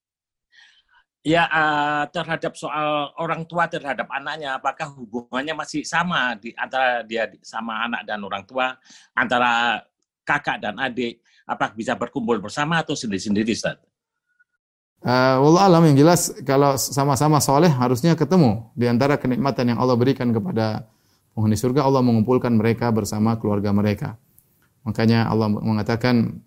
Ya, terhadap soal orang tua terhadap anaknya, apakah hubungannya masih sama antara dia sama anak dan orang tua, antara kakak dan adik, apakah bisa berkumpul bersama atau sendiri-sendiri, Ustaz? Wallah alam, yang jelas kalau sama-sama soleh harusnya ketemu. Di antara kenikmatan yang Allah berikan kepada penghuni surga, Allah mengumpulkan mereka bersama keluarga mereka. Makanya Allah mengatakan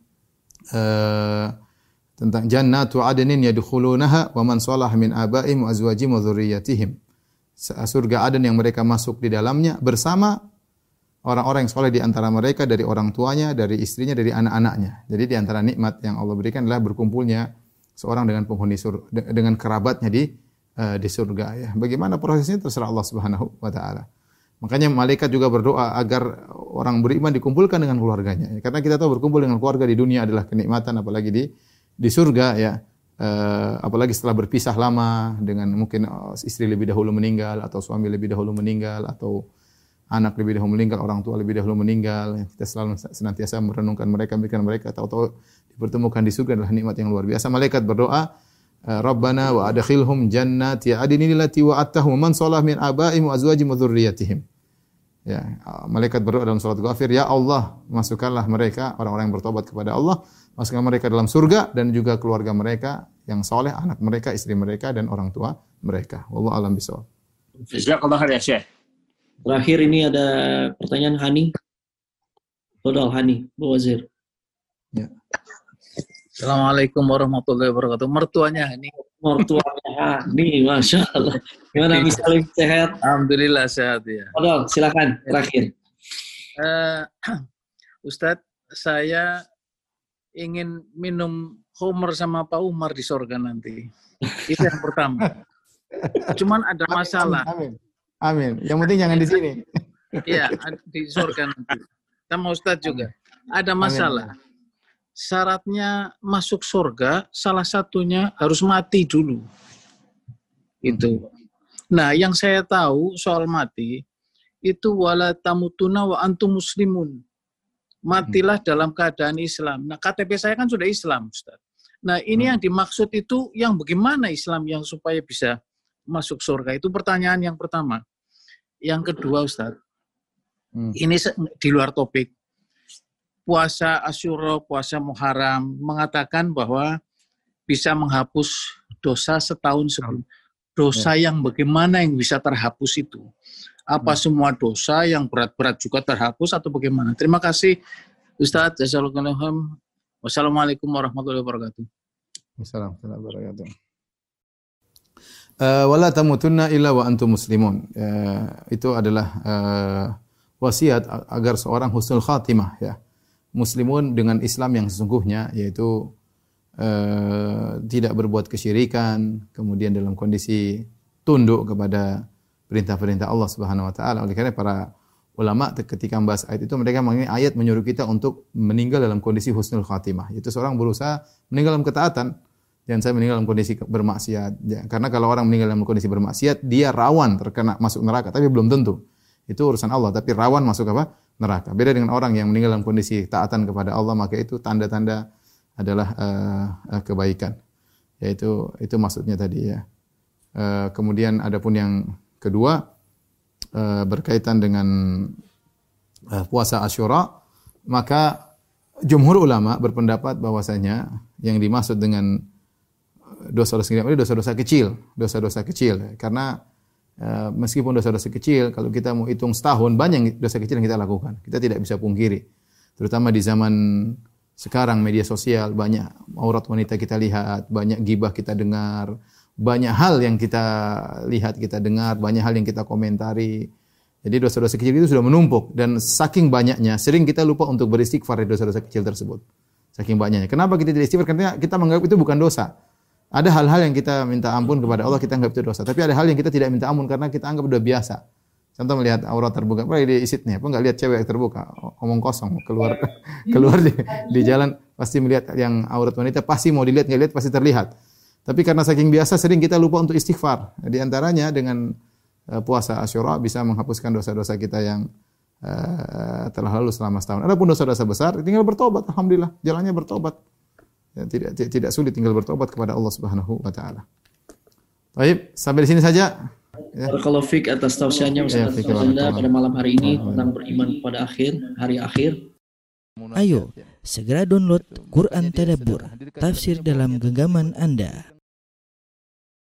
tentang jannatu adnin yadkhulunaha wa man salaha min abaihim wa azwajihim wa dzurriyyatihim. Surga Aden yang mereka masuk di dalamnya bersama orang-orang yang saleh di antara mereka, dari orang tuanya, dari istrinya, dari anak-anaknya. Jadi di antara nikmat yang Allah berikan adalah berkumpulnya seorang dengan penghuni surga, dengan kerabatnya di surga ya. Bagaimana prosesnya terserah Allah Subhanahu wa taala. Makanya malaikat juga berdoa agar orang beriman dikumpulkan dengan keluarganya. Karena kita tahu berkumpul dengan keluarga di dunia adalah kenikmatan, apalagi di surga ya. Apalagi setelah berpisah lama dengan mungkin istri lebih dahulu meninggal, atau suami lebih dahulu meninggal, atau anak lebih dahulu meninggal, orang tua lebih dahulu meninggal. Kita selalu senantiasa merenungkan mereka, tahu-tahu dipertemukan di surga adalah nikmat yang luar biasa. Malaikat berdoa Rabbana wa adkhilhum jannati adnin allati wa'adtahum man shalah min abaihim wa azwajihim wa dzurriyyatihim. Ya, malaikat berdoa dalam surat Ghafir, ya Allah, masukkanlah mereka orang-orang yang bertobat kepada Allah, masukkan mereka dalam surga dan juga keluarga mereka yang saleh, anak mereka, istri mereka dan orang tua mereka. Wallahu a'lam bishawab. Jazakallah khair ya Syekh. Terakhir ini ada pertanyaan Hani. Todal Hani, Bu Wazir. Ya. Assalamualaikum warahmatullahi wabarakatuh. Mertuanya Hani. Mertuanya Hani, Masya Allah. Gimana misalnya sehat? Alhamdulillah sehat ya. Todal, silakan terakhir. Ustadz, saya ingin minum Homer sama Pak Umar di surga nanti. Itu yang pertama. Cuman ada masalah. Amin. Yang penting jangan di sini. Iya, di surga nanti. Sama Ustadz juga. Ada masalah. Syaratnya masuk surga, salah satunya harus mati dulu. Itu. Nah, yang saya tahu soal mati, itu wala tamutuna wa antum muslimun. Matilah dalam keadaan Islam. Nah, KTP saya kan sudah Islam, Ustaz. Nah, ini yang dimaksud itu yang bagaimana Islam yang supaya bisa masuk surga. Itu pertanyaan yang pertama. Yang kedua, Ustaz. Ini di luar topik. Puasa Asyura, puasa Muharram mengatakan bahwa bisa menghapus dosa setahun sebelum. Dosa yang bagaimana yang bisa terhapus itu? Apa semua dosa yang berat-berat juga terhapus atau bagaimana? Terima kasih Ustaz. Wassalamualaikum warahmatullahi wabarakatuh. Wassalamualaikum warahmatullahi wabarakatuh. Wala tamutunna illa wa antum muslimun. Itu adalah wasiat agar seorang husnul khatimah ya. Muslimun dengan Islam yang sesungguhnya, yaitu tidak berbuat kesyirikan, kemudian dalam kondisi tunduk kepada perintah-perintah Allah Subhanahu wa taala. Oleh karena para ulama ketika membahas ayat itu, mereka mengenai ayat menyuruh kita untuk meninggal dalam kondisi husnul khatimah. Itu seorang berusaha meninggal dalam ketaatan. Jangan saya meninggal dalam kondisi bermaksiat. Ya, karena kalau orang meninggal dalam kondisi bermaksiat, dia rawan terkena masuk neraka, tapi belum tentu. Itu urusan Allah, tapi rawan masuk apa? Neraka. Beda dengan orang yang meninggal dalam kondisi taatan kepada Allah, maka itu tanda-tanda adalah kebaikan. Yaitu itu maksudnya tadi ya. Kemudian adapun yang kedua berkaitan dengan puasa Asyura, maka jumhur ulama berpendapat bahwasanya yang dimaksud dengan dosa-dosa kecil, karena meskipun dosa-dosa kecil, kalau kita mau hitung setahun, banyak dosa kecil yang kita lakukan. Kita tidak bisa pungkiri. Terutama di zaman sekarang media sosial, banyak aurat wanita kita lihat, banyak gibah kita dengar, banyak hal yang kita lihat, kita dengar, banyak hal yang kita komentari. Jadi dosa-dosa kecil itu sudah menumpuk, dan saking banyaknya, sering kita lupa untuk beristighfar dari dosa-dosa kecil tersebut. Saking banyaknya. Kenapa kita tidak istighfar? Karena kita menganggap itu bukan dosa. Ada hal-hal yang kita minta ampun kepada Allah, kita anggap itu dosa. Tapi ada hal yang kita tidak minta ampun karena kita anggap sudah biasa. Contoh melihat aurat terbuka, apa di isit nih? Apa enggak lihat cewek terbuka, omong kosong, keluar di jalan pasti melihat yang aurat wanita, pasti mau dilihat, enggak lihat pasti terlihat. Tapi karena saking biasa sering kita lupa untuk istighfar. Di antaranya dengan puasa Asyura bisa menghapuskan dosa-dosa kita yang telah lalu selama setahun. Adapun dosa-dosa besar tinggal bertobat, alhamdulillah, jalannya bertobat. Ya, tidak sulit, tinggal bertobat kepada Allah Subhanahu wa taala. Baik, sampai di sini saja. Ya. Barakallahu fiik atas tausiahnya Ustaz Anda pada malam hari ini tentang beriman pada hari akhir. Ayo, segera download Quran Tadabbur, tafsir dalam genggaman Anda.